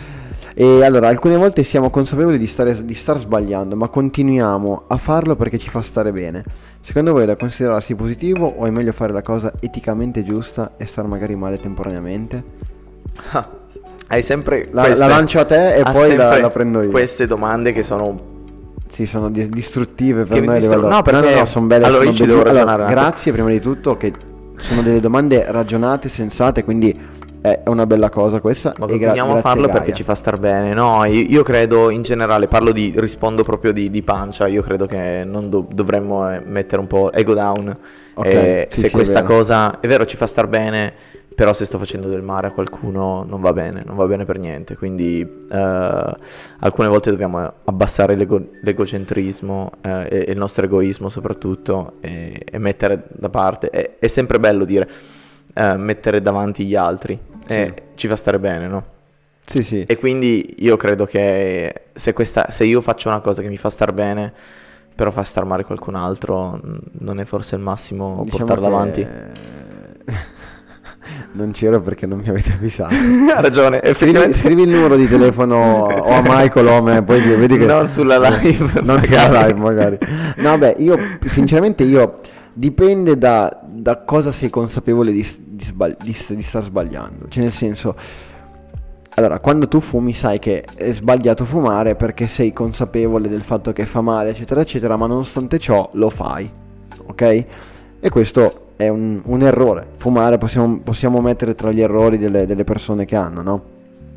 E allora, alcune volte siamo consapevoli di stare, di star sbagliando, ma continuiamo a farlo perché ci fa stare bene. Secondo voi è da considerarsi positivo o è meglio fare la cosa eticamente giusta e star magari male temporaneamente? Ah, hai sempre La, queste- la lancio a te e ha poi la, sempre la prendo io. Queste domande che sono Sì, sono di- distruttive per Che mi noi. a distru- livello- no, perché- no, sono belle. allora sono io ci belli- devo allora, ragionare un attimo. grazie prima di tutto che sono delle domande ragionate, sensate, quindi è una bella cosa questa. Ma e gra- continuiamo a grazie, farlo Gaia. perché ci fa star bene. No, io, io credo in generale, parlo di, rispondo proprio di, di pancia. Io credo che non do- dovremmo eh, mettere un po' ego down. Ok, Eh, sì, se sì, è questa vero. cosa è vero, ci fa star bene, però se sto facendo del male a qualcuno non va bene, non va bene per niente. Quindi eh, alcune volte dobbiamo abbassare l'ego- l'egocentrismo eh, e, e il nostro egoismo soprattutto e, e mettere da parte. È, è sempre bello dire eh, mettere davanti gli altri. E ci fa stare bene, no? Sì, sì. E quindi io credo che se, questa, se io faccio una cosa che mi fa star bene, però fa star male qualcun altro, n- non è forse il massimo Diciamo portarla che- avanti. Non c'ero perché non mi avete avvisato. Ha ragione, Scrivi, effettivamente. scrivi il numero di telefono o a Michael o a me, poi di- vedi che... Non sulla live, Non magari. sulla live magari. No, beh, io sinceramente io dipende da, da cosa sei consapevole di, s- di, sbagli- di s- di star sbagliando. Cioè nel senso, allora, quando tu fumi sai che è sbagliato fumare perché sei consapevole del fatto che fa male, eccetera, eccetera, ma nonostante ciò lo fai, ok? E questo è un, un errore. Fumare possiamo, possiamo mettere tra gli errori delle, delle persone che hanno, no?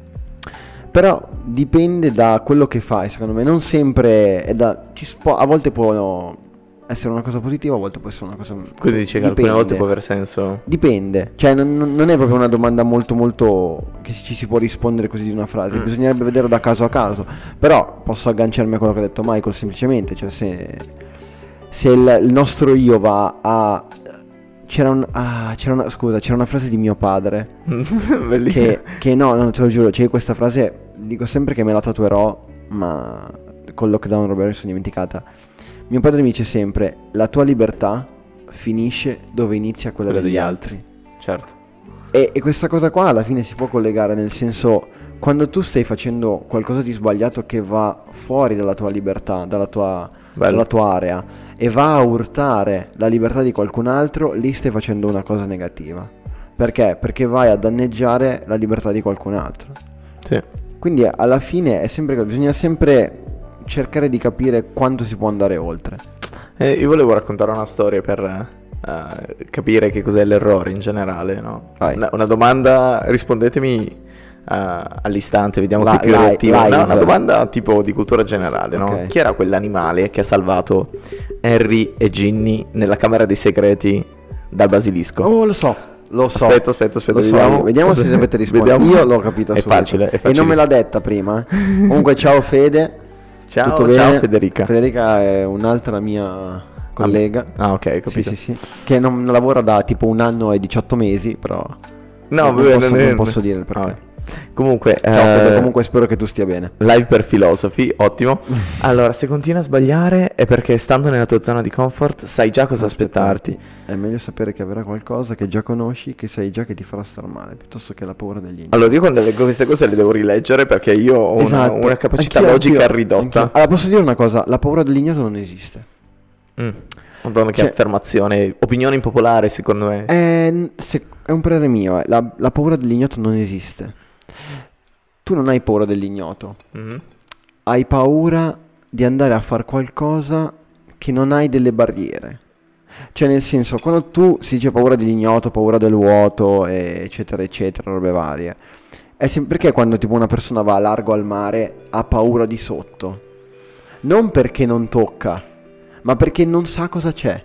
Però dipende da quello che fai, secondo me. Non sempre è da... Ci si può- a volte può essere una cosa positiva, a volte può essere una cosa... Quindi dice che alcune Dipende. volte può aver senso. Dipende, cioè non, non- non è proprio una domanda molto molto che ci si può rispondere così di una frase, Mm. bisognerebbe vedere da caso a caso, però posso agganciarmi a quello che ha detto Michael semplicemente, cioè se, se il, il nostro io va a... C'era, un, ah, c'era una, scusa, c'era una frase di mio padre Bellissimo. che, che no, no, te lo giuro, c'è questa frase, dico sempre che me la tatuerò, ma col lockdown Roberto mi sono dimenticata. Mio padre mi dice sempre, la tua libertà finisce dove inizia quella, Quella degli degli altri. Certo. E, e questa cosa qua alla fine si può collegare, nel senso, quando tu stai facendo qualcosa di sbagliato che va fuori dalla tua libertà, dalla tua, Bello. dalla tua area, e va a urtare la libertà di qualcun altro, lì stai facendo una cosa negativa. Perché? Perché vai a danneggiare la libertà di qualcun altro. Sì. Quindi alla fine è sempre, bisogna sempre cercare di capire quanto si può andare oltre. Eh, io volevo raccontare una storia per eh, capire che cos'è l'errore in generale, no? Vai. Una, una domanda, rispondetemi eh, all'istante, vediamo La- chi è più li- reattivo. live. No, una domanda tipo di cultura generale, no? Ok. Chi era quell'animale che ha salvato Harry e Ginny nella Camera dei Segreti dal basilisco? Oh, lo so. Lo so. Aspetta, aspetta, aspetta, Lo so vediamo. io. Vediamo se sapete rispondere. Vediamo. Io l'ho capito È subito. facile, è E facile. non me l'ha detta prima. eh. Comunque, ciao Fede. Ciao, Tutto ciao bene? Federica. Federica è un'altra mia collega. Ah, ok, Sì, capito. sì, sì. Che non lavora da tipo un anno e diciotto mesi, però No, non, vabbè, posso, non è- non posso dire il perché. Ah, comunque, Ciao eh, Fede, comunque spero che tu stia bene. live per filosofi, ottimo. Allora, se continui a sbagliare è perché stando nella tua zona di comfort sai già cosa aspettarti. È meglio sapere che avverrà qualcosa che già conosci, che sai già che ti farà star male, piuttosto che la paura degli ignoranti. Allora, io quando leggo queste cose le devo rileggere perché io ho una, Esatto. una capacità Anch'io, logica anch'io, ridotta. anch'io. Allora, posso dire una cosa, la paura dell'ignoto non esiste. Mm. Madonna, che Cioè- affermazione, opinione impopolare secondo me. È, se- è un parere mio, eh, la, la paura dell'ignoto non esiste. Tu non hai paura dell'ignoto, Mhm. hai paura di andare a fare qualcosa che non hai delle barriere. Cioè, nel senso, quando tu si dice paura dell'ignoto, paura del vuoto, e eccetera, eccetera, robe varie, è sem- perché quando tipo una persona va a largo al mare ha paura di sotto? Non perché non tocca, ma perché non sa cosa c'è.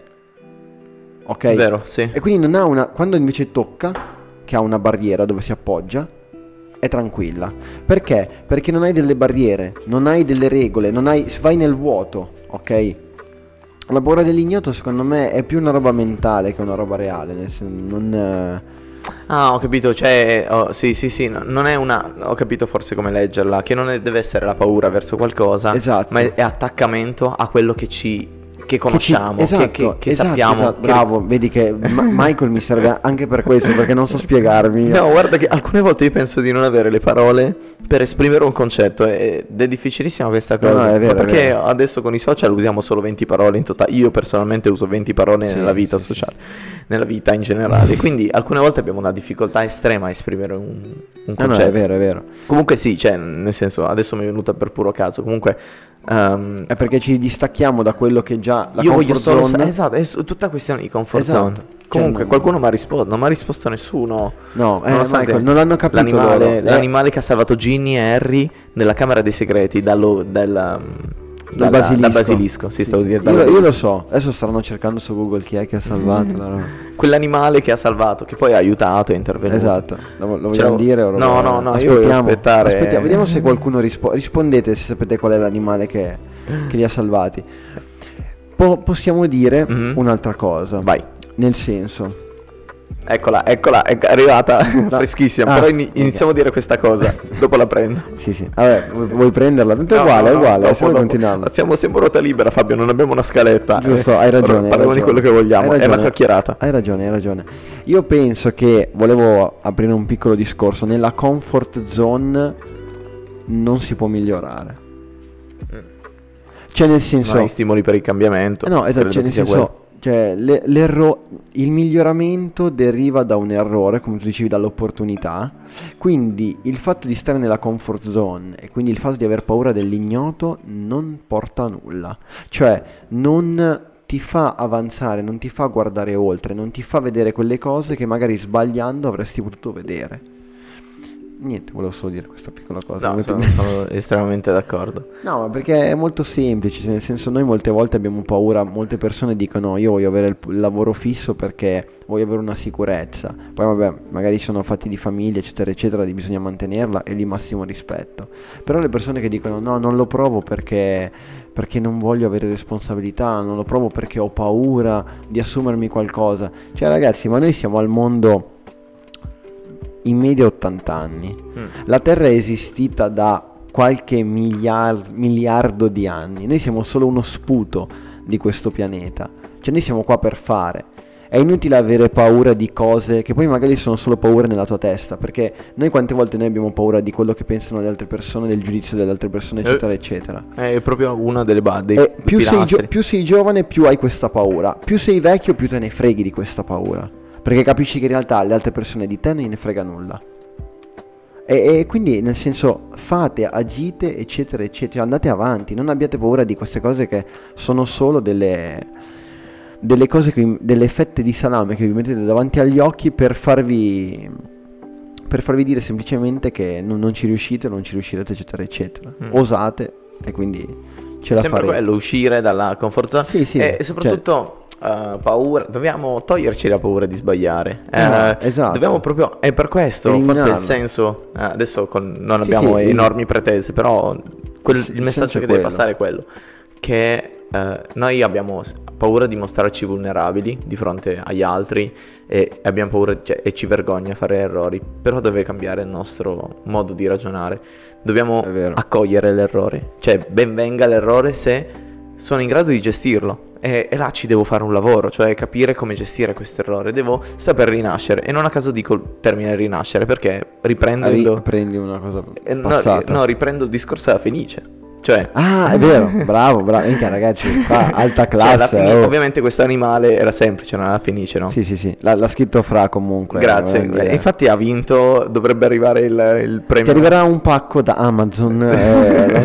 Ok? Vero, sì. E quindi non ha una. Quando invece tocca, che ha una barriera dove si appoggia, è tranquilla. Perché? Perché non hai delle barriere, non hai delle regole, non hai. Vai nel vuoto, ok? La paura dell'ignoto, secondo me, è più una roba mentale che una roba reale. Nel sen- non. eh, Ah, ho capito, cioè, oh, sì, sì, sì, no- non è una, ho capito forse come leggerla, che non è- deve essere la paura verso qualcosa, Esatto. ma è, è attaccamento a quello che ci, che conosciamo, Che ci- che, esatto, che- che esatto, sappiamo. esatto. che- Bravo, vedi che Ma- Michael mi serve anche per questo, perché non so spiegarmi. No, guarda che alcune volte io penso di non avere le parole per esprimere un concetto ed è difficilissima questa No, cosa. no, è vero, Ma è perché vero. adesso con i social usiamo solo venti parole in totale. Io personalmente uso venti parole Sì, nella vita sì, sociale, nella vita in generale. Quindi alcune volte abbiamo una difficoltà estrema a esprimere un, un No, concetto. no, è vero, è vero. Comunque sì, cioè, nel senso, adesso mi è venuta per puro caso. Comunque, ehm, È perché ci distacchiamo da quello che già la io voglio comfort solo zone- sa- esatto, è su- tutta questione di comfort Esatto. zone. Comunque, Cioè, qualcuno mi ha risposto, non mi ha risposto nessuno. No, eh, Nonostante Michael, non l'hanno capito l'animale, loro. Eh. l'animale che ha salvato Ginny e Harry nella Camera dei Segreti dallo, dal, Dal dalla- basilisco. dal basilisco, sì, stavo sì. dire, Io, dal io lo basilisco. so, adesso staranno cercando su Google chi è che ha salvato la roba. Quell'animale che ha salvato, che poi ha aiutato e è intervenuto. Esatto, lo, lo Ce vogliamo l'avevo- dire? o roba- No, no, no, io aspettiamo, voglio aspettare. aspettiamo, vediamo se qualcuno risponde. Rispondete se sapete qual è l'animale che, che li ha salvati. Po- possiamo dire Mhm. un'altra cosa. Vai. Nel senso, Eccola, eccola, è arrivata freschissima. Ah, Però ini- ok. iniziamo a dire questa cosa, dopo la prendo. sì, sì. Vabbè, vu- vuoi prenderla? Tanto è No, uguale, no, è no, uguale, dopo, se vuoi dopo. continuarla. Siamo sempre ruota libera, Fabio, non abbiamo una scaletta. Giusto, Eh, hai ragione. hai Parliamo di ragione. quello che vogliamo, Hai è una ragione. chiacchierata. Hai ragione, hai ragione. Io penso che volevo aprire un piccolo discorso. Nella comfort zone non si può migliorare. Cioè, nel senso, Non hai stimoli per il cambiamento. no, esatto, credo cioè, che nel sia senso, cioè, le- l'erro- il miglioramento deriva da un errore, come tu dicevi, dall'opportunità. Quindi il fatto di stare nella comfort zone e quindi il fatto di aver paura dell'ignoto non porta a nulla. Cioè, non ti fa avanzare, non ti fa guardare oltre, non ti fa vedere quelle cose che magari sbagliando avresti potuto vedere. Niente, volevo solo dire questa piccola cosa. No, Mi sono, avete- sono estremamente d'accordo. No, ma perché è molto semplice, cioè, nel senso noi molte volte abbiamo paura, molte persone dicono io voglio avere il, il lavoro fisso perché voglio avere una sicurezza, poi vabbè, magari sono fatti di famiglia eccetera eccetera, di bisogna mantenerla e di massimo rispetto, però le persone che dicono no, non lo provo perché, perché non voglio avere responsabilità, non lo provo perché ho paura di assumermi qualcosa, cioè ragazzi, ma noi siamo al mondo in media ottanta anni. Mm. La Terra è esistita da qualche miliar- miliardo di anni. Noi siamo solo uno sputo di questo pianeta. Cioè noi siamo qua per fare. È inutile avere paura di cose che poi magari sono solo paure nella tua testa. Perché noi quante volte noi abbiamo paura di quello che pensano le altre persone, del giudizio delle altre persone, eccetera, Eh, eccetera. È proprio una delle basi. Dei E più sei, pilastri. gio- più sei giovane, più hai questa paura. Più sei vecchio, più te ne freghi di questa paura. Perché capisci che in realtà le altre persone di te non ne frega nulla. E, e quindi nel senso fate, agite, eccetera, eccetera, andate avanti, non abbiate paura di queste cose che sono solo delle, delle cose, che, vi- delle fette di salame che vi mettete davanti agli occhi per farvi, per farvi dire semplicemente che non, non ci riuscite, non ci riuscirete, eccetera, eccetera. Mm. Osate e quindi ce la Sempre farete. quello, uscire dalla comfort zone. Sì, sì, E soprattutto uh, paura, dobbiamo toglierci la paura di sbagliare. Eh, Eh, esatto. Dobbiamo proprio, è per questo, forse Eliminarlo. il senso, eh, adesso con- non Sì, abbiamo sì, enormi pretese, però quel- il- il il messaggio senso che è deve quello. passare è quello, che eh, noi abbiamo s- paura di mostrarci vulnerabili di fronte agli altri e abbiamo paura, cioè, e ci vergogna fare errori, però deve cambiare il nostro modo di ragionare. Dobbiamo È vero. accogliere l'errore, cioè ben venga l'errore se sono in grado di gestirlo. E, e là ci devo fare un lavoro, cioè capire come gestire questo errore, devo saper rinascere. E non a caso dico il termine rinascere, perché riprendendo... Ri- prendi una cosa eh, no, passata. no, riprendo il discorso della Fenice. Cioè, Ah, è vero, bravo, bravo. Minchia, ragazzi, qua alta cioè, la classe. Feni- oh. ovviamente questo animale era semplice, non era la Fenice, no? Sì, sì, sì. L'ha, l'ha scritto Fra comunque. Grazie. voglio dire. E infatti ha vinto, dovrebbe arrivare il, il Ti premio. arriverà un pacco da Amazon. eh,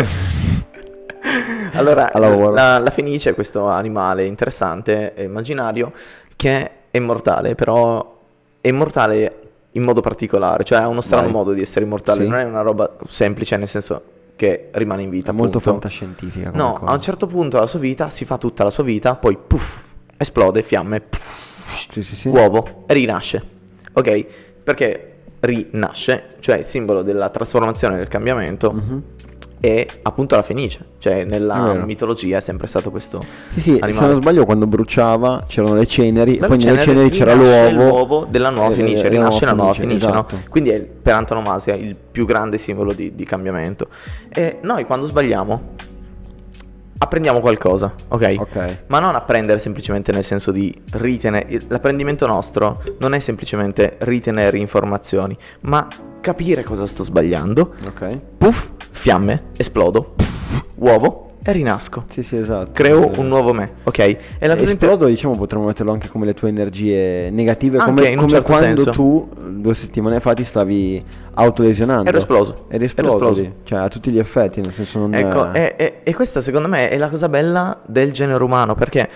Allora, a lavoro. la, la Fenice è questo animale interessante e immaginario che è immortale, però è immortale in modo particolare, cioè ha uno strano Vai. modo di essere immortale, Sì. non è una roba semplice, nel senso che rimane in vita. È molto appunto. fantascientifica. come No, cosa. a un certo punto della sua vita si fa tutta la sua vita, poi puff, esplode, fiamme, puff, Sì, sì, sì. uovo e rinasce. Ok? Perché rinasce, cioè il simbolo della trasformazione e del cambiamento, Mhm. è appunto la Fenice. Cioè È nella vero. mitologia è sempre stato questo Sì, sì, se animale. non sbaglio quando bruciava c'erano le ceneri, Dalle poi nelle ceneri ceneri c'era rinasce l'uovo. l'uovo della nuova eh, Fenice, della rinasce la nuova Fenice, no? esatto. Quindi è per antonomasia il più grande simbolo di, di cambiamento. E noi quando sbagliamo apprendiamo qualcosa, ok? Ok. Ma non apprendere semplicemente nel senso di ritenere. L'apprendimento nostro non è semplicemente ritenere informazioni, ma capire cosa sto sbagliando. Ok. Puff, fiamme, esplodo, puff, uovo e rinasco. Sì, sì, esatto. Creo Eh, un nuovo me, ok? E la Esplodo, diciamo, potremmo metterlo anche come le tue energie negative, Anche, come, in un come certo quando senso. tu due settimane fa ti stavi autolesionando. Ero esploso. Eri Ero esploso, esploso. cioè a tutti gli effetti, nel senso non... Ecco, e, e- e questa secondo me è la cosa bella del genere umano, perché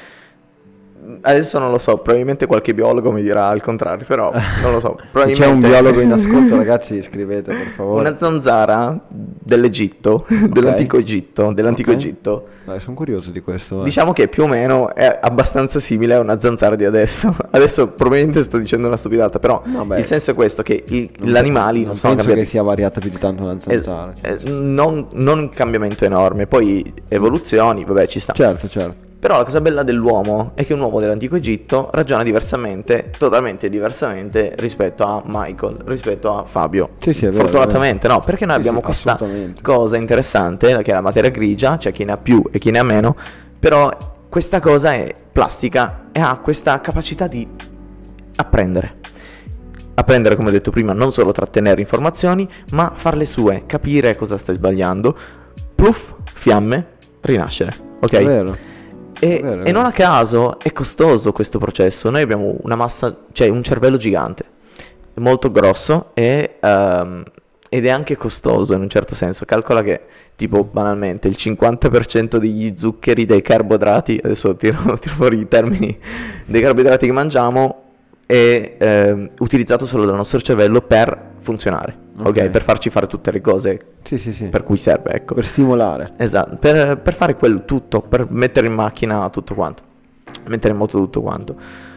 adesso non lo so, probabilmente qualche biologo mi dirà al contrario, però non lo so. Se Probabilmente c'è un biologo in ascolto, ragazzi, scrivete per favore. una zanzara dell'Egitto, dell'antico Egitto, dell'antico Ok. Egitto, Dai, sono curioso di questo. eh. diciamo che più o meno è abbastanza simile a una zanzara di adesso. Adesso probabilmente sto dicendo una stupidata, però No, beh, il senso è questo, che i- non gli pe- animali non, non sono penso cambiati. che sia variata più di tanto una Eh, zanzara. cioè. eh, non, non un cambiamento enorme, poi evoluzioni, vabbè, ci sta. Certo, certo. Però la cosa bella dell'uomo è che un uomo dell'antico Egitto ragiona diversamente, totalmente diversamente rispetto a Michael, rispetto a Fabio. Sì, sì, è vero, Fortunatamente no, perché noi Sì, abbiamo sì, questa assolutamente. cosa interessante, che è la materia grigia, c'è chi ne ha più e chi ne ha meno, però questa cosa è plastica e ha questa capacità di apprendere. Apprendere, come ho detto prima, non solo trattenere informazioni, ma farle sue, capire cosa stai sbagliando, pluff, fiamme, rinascere, ok? È vero. E, È vero, è e vero. non a caso è costoso questo processo. Noi abbiamo una massa, cioè un cervello gigante, molto grosso e, ehm, ed è anche costoso in un certo senso. Calcola che, tipo, banalmente, il cinquanta per cento degli zuccheri, dei carboidrati, adesso tiro, tiro fuori i termini, dei carboidrati che mangiamo, è ehm, utilizzato solo dal nostro cervello per funzionare, ok? Ok. Per farci fare tutte le cose Sì, sì, sì. per cui serve, ecco. Per stimolare. Esatto, per, per fare quel tutto, per mettere in macchina tutto quanto, mettere in moto tutto quanto.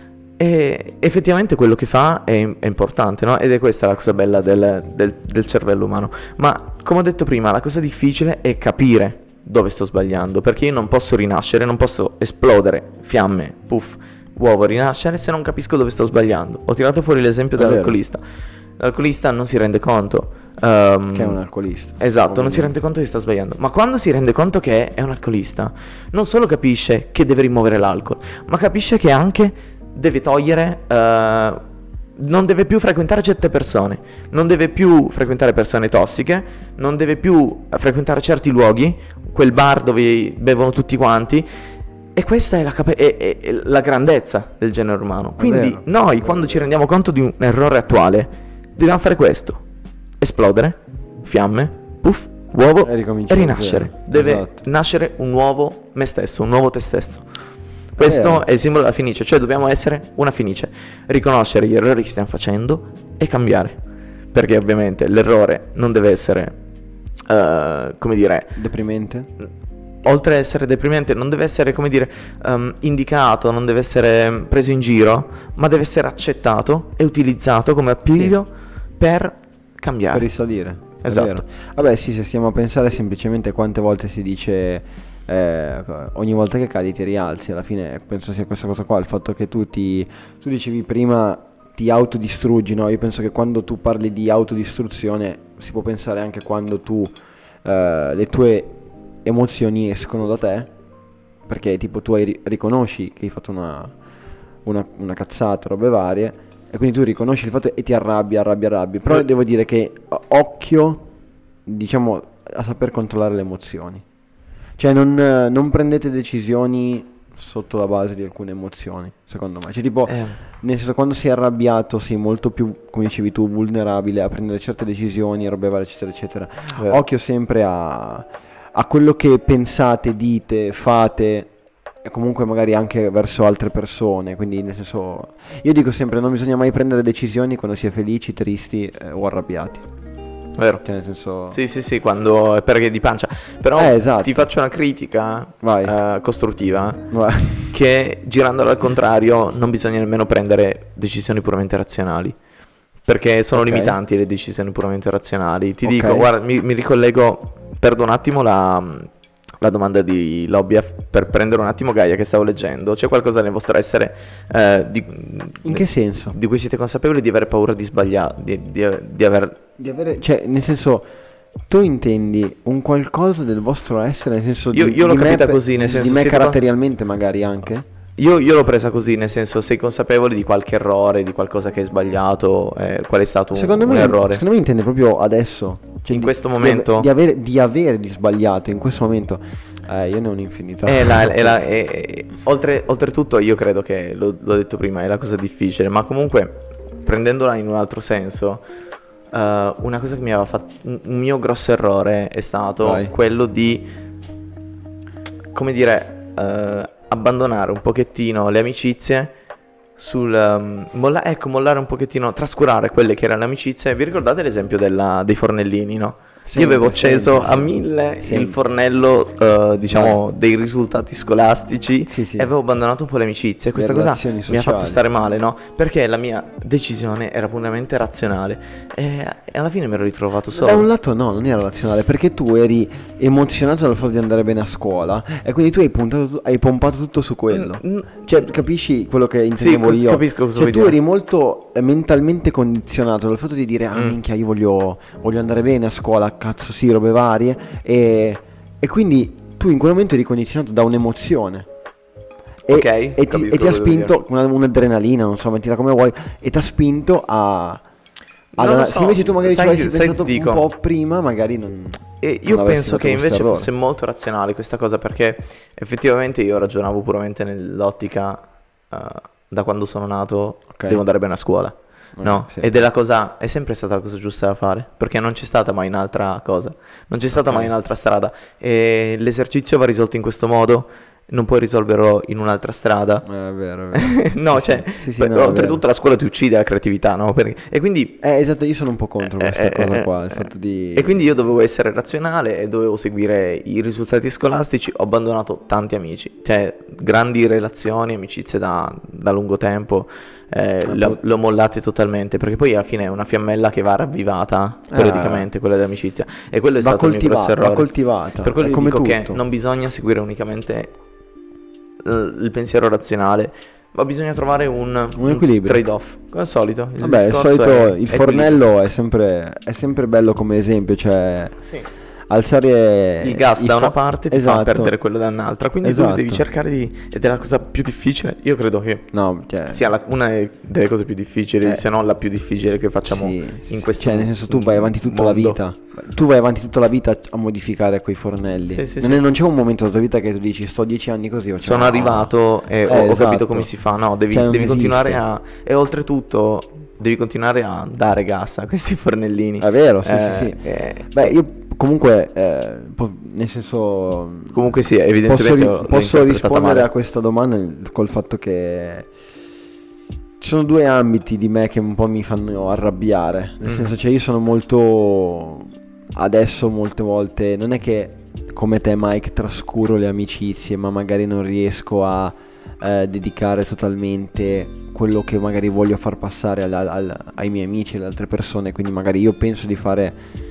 E effettivamente quello che fa è, è importante, no? Ed è questa la cosa bella del, del- del cervello umano. Ma come ho detto prima, la cosa difficile è capire dove sto sbagliando, perché io non posso rinascere, non posso esplodere, fiamme, puff, uovo, rinascere se non capisco dove sto sbagliando. Ho tirato fuori l'esempio È vero. dell'alcolista. L'alcolista non si rende conto. ehm, Che è un alcolista. Esatto, non si Ovviamente. rende conto che sta sbagliando. Ma quando si rende conto che è un alcolista, non solo capisce che deve rimuovere l'alcol, ma capisce che anche deve togliere. eh, non deve più frequentare certe persone, non deve più frequentare persone tossiche, non deve più frequentare certi luoghi, quel bar dove bevono tutti quanti. E questa è la, capa- è- è- è la grandezza del genere umano. Quindi vero, noi, è quando vero. ci rendiamo conto di un errore attuale, dobbiamo fare questo: esplodere, fiamme, puff, uovo E e, ricominciare da rinascere. zero. Deve Esatto. nascere un nuovo me stesso, un nuovo te stesso. Questo vero. è il simbolo della Fenice, cioè dobbiamo essere una Fenice, riconoscere gli errori che stiamo facendo e cambiare. Perché ovviamente l'errore non deve essere, eh, come dire, Deprimente? oltre ad essere deprimente, non deve essere, come dire, ehm, indicato, non deve essere preso in giro, ma deve essere accettato e utilizzato come appiglio per cambiare. Per risalire. È Esatto. vero. Vabbè, sì, se stiamo a pensare semplicemente quante volte si dice eh, ogni volta che cadi ti rialzi, alla fine penso sia questa cosa qua, il fatto che tu ti tu dicevi prima ti autodistruggi, no? Io penso che quando tu parli di autodistruzione si può pensare anche quando tu eh, le tue emozioni escono da te, perché tipo tu hai, riconosci che hai fatto una, una, una cazzata, robe varie, e quindi tu riconosci il fatto e ti arrabbi, arrabbi, arrabbi. Però devo dire che o- occhio, diciamo, a saper controllare le emozioni. Cioè non, eh, non prendete decisioni sotto la base di alcune emozioni, secondo me. Cioè tipo, Eh, nel senso, quando sei arrabbiato sei molto più, come dicevi tu, vulnerabile a prendere certe decisioni, robe varie, eccetera, eccetera. vero. Occhio sempre a, a quello che pensate, dite, fate, e comunque magari anche verso altre persone. Quindi nel senso, io dico sempre, non bisogna mai prendere decisioni quando si è felici, tristi eh, o arrabbiati. Vero. Cioè nel senso... Sì, sì, sì, quando è perché di pancia. Però Eh, esatto. ti faccio una critica Vai. eh, costruttiva, Vai. che girandolo al contrario non bisogna nemmeno prendere decisioni puramente razionali, perché sono Ok. limitanti le decisioni puramente razionali. Ti Ok. dico, guarda, mi, mi ricollego, perdo un attimo la, la domanda di Lobby per prendere un attimo Gaia che stavo leggendo. C'è qualcosa nel vostro essere eh, di, In che senso? di cui siete consapevoli di avere paura di sbagliare, di, di, di aver... Di avere, cioè, nel senso, tu intendi un qualcosa del vostro essere, nel senso Io- di, io l'ho di me capita pe- così, nel senso, di me siete caratterialmente magari anche? Io, io l'ho presa così, nel senso, sei consapevole di qualche errore, di qualcosa che hai sbagliato, eh, qual è stato un, Secondo un me, errore? secondo me intende proprio adesso. Cioè In di- questo di momento? ave- Di, avere, di avere di sbagliato in questo momento. Eh, io ne ho un'infinità. È la- è la- è- è- oltre- oltretutto io credo che, l'ho, l'ho detto prima, è la cosa difficile, ma comunque prendendola in un altro senso, eh, una cosa che mi aveva fatto, un, un mio grosso errore è stato Vai. quello di, come dire, eh, abbandonare un pochettino le amicizie sul um, molla- ecco, mollare un pochettino, trascurare quelle che erano le amicizie. Vi ricordate l'esempio della- dei fornellini, no? Io avevo Sempre, acceso sempre, a sempre. mille il Sempre. fornello, eh, diciamo, dei risultati scolastici, Sì, sì. e avevo abbandonato un po' le amicizie. Questa Le cosa relazioni mi ha fatto sociali. stare male, no? Perché la mia decisione era puramente razionale e, e alla fine mi ero ritrovato Da un solo. lato no, non era razionale, perché tu eri emozionato dal fatto di andare bene a scuola e quindi tu hai puntato, tu- hai pompato tutto su quello. Mm, mm, Cioè, capisci quello che intendevo cos- io? capisco cosa Cioè, vuoi tu dire. eri molto eh, mentalmente condizionato dal fatto di dire, ah, Mm. minchia, io voglio, voglio andare bene a scuola, cazzo sì, robe varie. E, e quindi tu in quel momento eri condizionato da un'emozione. E, Ok, e ti, capisco e ti ha cosa vuoi spinto, una- un'adrenalina, non so, mettila come vuoi, e ti ha spinto a... ad Non lo andare- so, se invece tu magari sai ci avessi che- sai pensato che dico? un po' prima, magari non... E io non avresti penso fatto che questo invece errore. fosse molto razionale questa cosa, perché effettivamente io ragionavo puramente nell'ottica, eh, da quando sono nato, Ok. devo andare bene a scuola, no? sì. Ed è la cosa, è sempre stata la cosa giusta da fare, perché non c'è stata mai un'altra cosa, non c'è stata Ok. mai un'altra strada, e l'esercizio va risolto in questo modo, non puoi risolverlo in un'altra strada. Eh, È vero, è vero. No, Sì, cioè, sì, sì, poi- no, è oltretutto vero. la scuola ti uccide la creatività, no? Perché- e quindi Eh, esatto, io sono un po' contro questa eh, cosa eh, qua, il eh, fatto di... E quindi io dovevo essere razionale e dovevo seguire i risultati scolastici. Ho abbandonato tanti amici, cioè grandi relazioni, amicizie da, da lungo tempo, eh, le, ho- le ho mollate totalmente, perché poi alla fine è una fiammella che va ravvivata periodicamente, quella dell'amicizia. E quello è va stato il mio grosso coltivata, va errore. coltivata, Per quello è io come dico che tutto. non bisogna seguire unicamente eh, il pensiero razionale, ma bisogna trovare un, un equilibrio. trade-off, come al solito. Il Vabbè, il discorso solito, è il equilibrio. fornello è sempre, è sempre bello come esempio, cioè Sì. alzare Il gas i da fo- una parte ti esatto. fa perdere quello da un'altra, quindi Esatto. tu devi cercare di... ed è la cosa più difficile, io credo che No, cioè, sia la- una delle cose più difficili, Eh, se non la più difficile che facciamo sì, in sì, questo cioè nel senso tu vai avanti tutta mondo. la vita, tu vai avanti tutta la vita a modificare quei fornelli. Sì, sì, non, sì. è- non c'è un momento della tua vita che tu dici sto dieci anni così, faccio, Sono no. arrivato e Eh, ho, ho esatto. capito come si fa, no, devi, Cioè, non devi esiste. continuare a... e oltretutto devi continuare a dare gas a questi fornellini. È vero, sì, Eh, sì, sì. eh, Beh, io comunque, eh, po- nel senso... Comunque sì, posso, evidentemente ri- l'ho- l'ho posso interpretata rispondere male. a questa domanda nel- col fatto che ci sono due ambiti di me che un po' mi fanno arrabbiare. Nel Mm. senso, cioè io sono molto... Adesso molte volte... Non è che come te Mike trascuro le amicizie, ma magari non riesco a eh, dedicare totalmente quello che magari voglio far passare al- al- ai miei amici e alle altre persone, quindi magari io penso di fare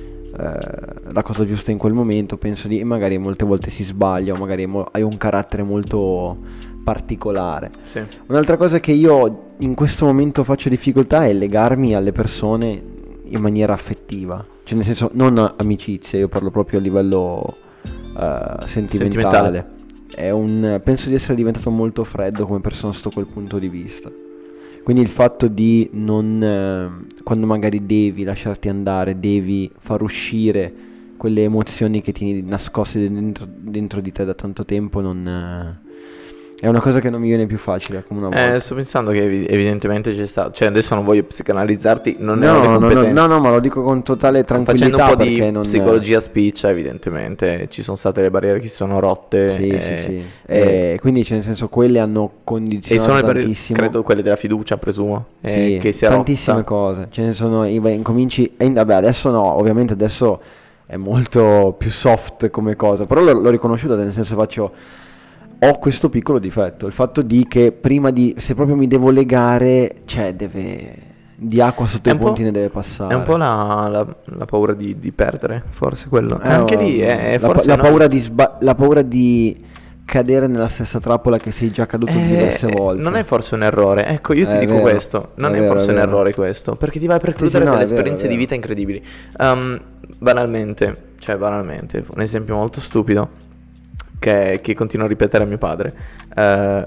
eh, la cosa giusta in quel momento, penso di, e magari molte volte si sbaglia o magari mo- hai un carattere molto particolare. Sì. Un'altra cosa che io in questo momento faccio difficoltà è legarmi alle persone in maniera affettiva, cioè nel senso non amicizia, io parlo proprio a livello eh, sentimentale. Sentimentale. È un, penso di essere diventato molto freddo come persona sotto quel punto di vista. Quindi il fatto di non, eh, quando magari devi lasciarti andare, devi far uscire quelle emozioni che ti nascosti dentro, dentro di te da tanto tempo, non, eh, è una cosa che non mi viene più facile come una volta. Eh, sto pensando che evi- evidentemente c'è stato, cioè adesso non voglio psicanalizzarti, non ne ho No, le no, no, competenze. no, no, ma lo dico con totale Facendo un tranquillità po' perché di non... psicologia speech, evidentemente ci sono state le barriere che si sono rotte. Sì, e, sì, sì. e- E quindi, cioè, nel senso, quelle hanno e condizionato sono le barriere, tantissimo. credo quelle della fiducia, presumo, eh, Sì, che si è tantissime rotta. cose. Ce ne sono, i- incominci, e vabbè, adesso no, ovviamente adesso è molto più soft come cosa, però l'ho, l'ho riconosciuta, nel senso faccio, ho questo piccolo difetto, il fatto di che prima di, se proprio mi devo legare, cioè deve, di acqua sotto È i un po'- ponti ne deve passare. È un po' la, la- la paura di, di perdere, forse quello. Eh, Anche oh, lì è la, pa- forse la no- paura di sba- la paura di cadere nella stessa trappola che sei già caduto Eh, diverse volte. Non è forse un errore, ecco, io ti È dico vero, questo, non è è, vero, forse è un vero. errore questo, perché ti vai a Sì, sì, precludere no, delle è vero, esperienze è di vero. vita incredibili. Um, banalmente, cioè banalmente, un esempio molto stupido che, che continuo a ripetere a mio padre. Eh,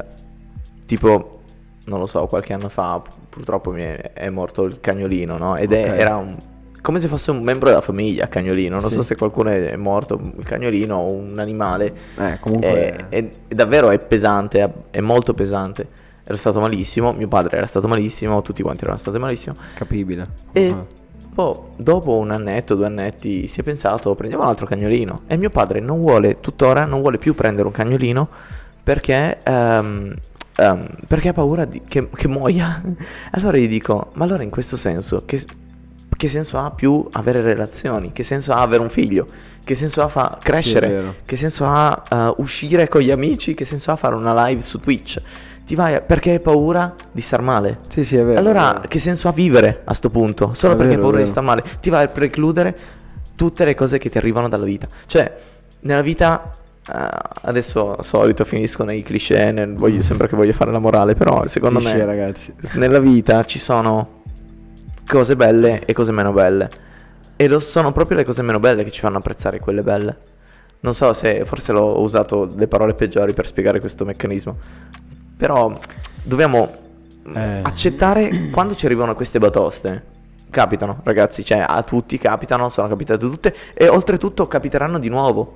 tipo, non lo so, qualche anno fa purtroppo mi è, è morto il cagnolino, no? Ed è- Ok. era un, come se fosse un membro della famiglia, cagnolino. Non Sì. so se qualcuno è morto, il cagnolino o un animale. Eh, comunque... È, è- è davvero è pesante, è, è molto pesante. Ero stato malissimo, mio padre era stato malissimo, tutti quanti erano stati malissimo. capibile. E Ah. poi, dopo un annetto, due annetti, si è pensato, prendiamo un altro cagnolino. E mio padre non vuole, tuttora, non vuole più prendere un cagnolino perché, ehm, ehm, perché ha paura di- che, che muoia. Allora gli dico, ma allora in questo senso, che, che senso ha più avere relazioni? Che senso ha avere un figlio? Che senso ha fa crescere? vero. Che senso ha eh, uscire con gli amici? Che senso ha fare una live su Twitch? Ti vai a- perché hai paura di star male? Sì, sì, è vero. Allora, è vero. che senso ha vivere a sto punto? Solo È perché vero, hai paura è di vero. star male? Ti vai a precludere tutte le cose che ti arrivano dalla vita. Cioè, nella vita, eh, adesso solito finisco nei cliché, nel- voglio- sembra che voglio fare la morale, però secondo Cliché, me ragazzi. nella vita ci sono cose belle e cose meno belle. E lo sono proprio le cose meno belle che ci fanno apprezzare quelle belle. Non so se forse l'ho usato le parole peggiori per spiegare questo meccanismo. Però dobbiamo Eh. accettare quando ci arrivano queste batoste. Capitano, ragazzi, cioè a tutti capitano, sono capitate tutte e oltretutto capiteranno di nuovo.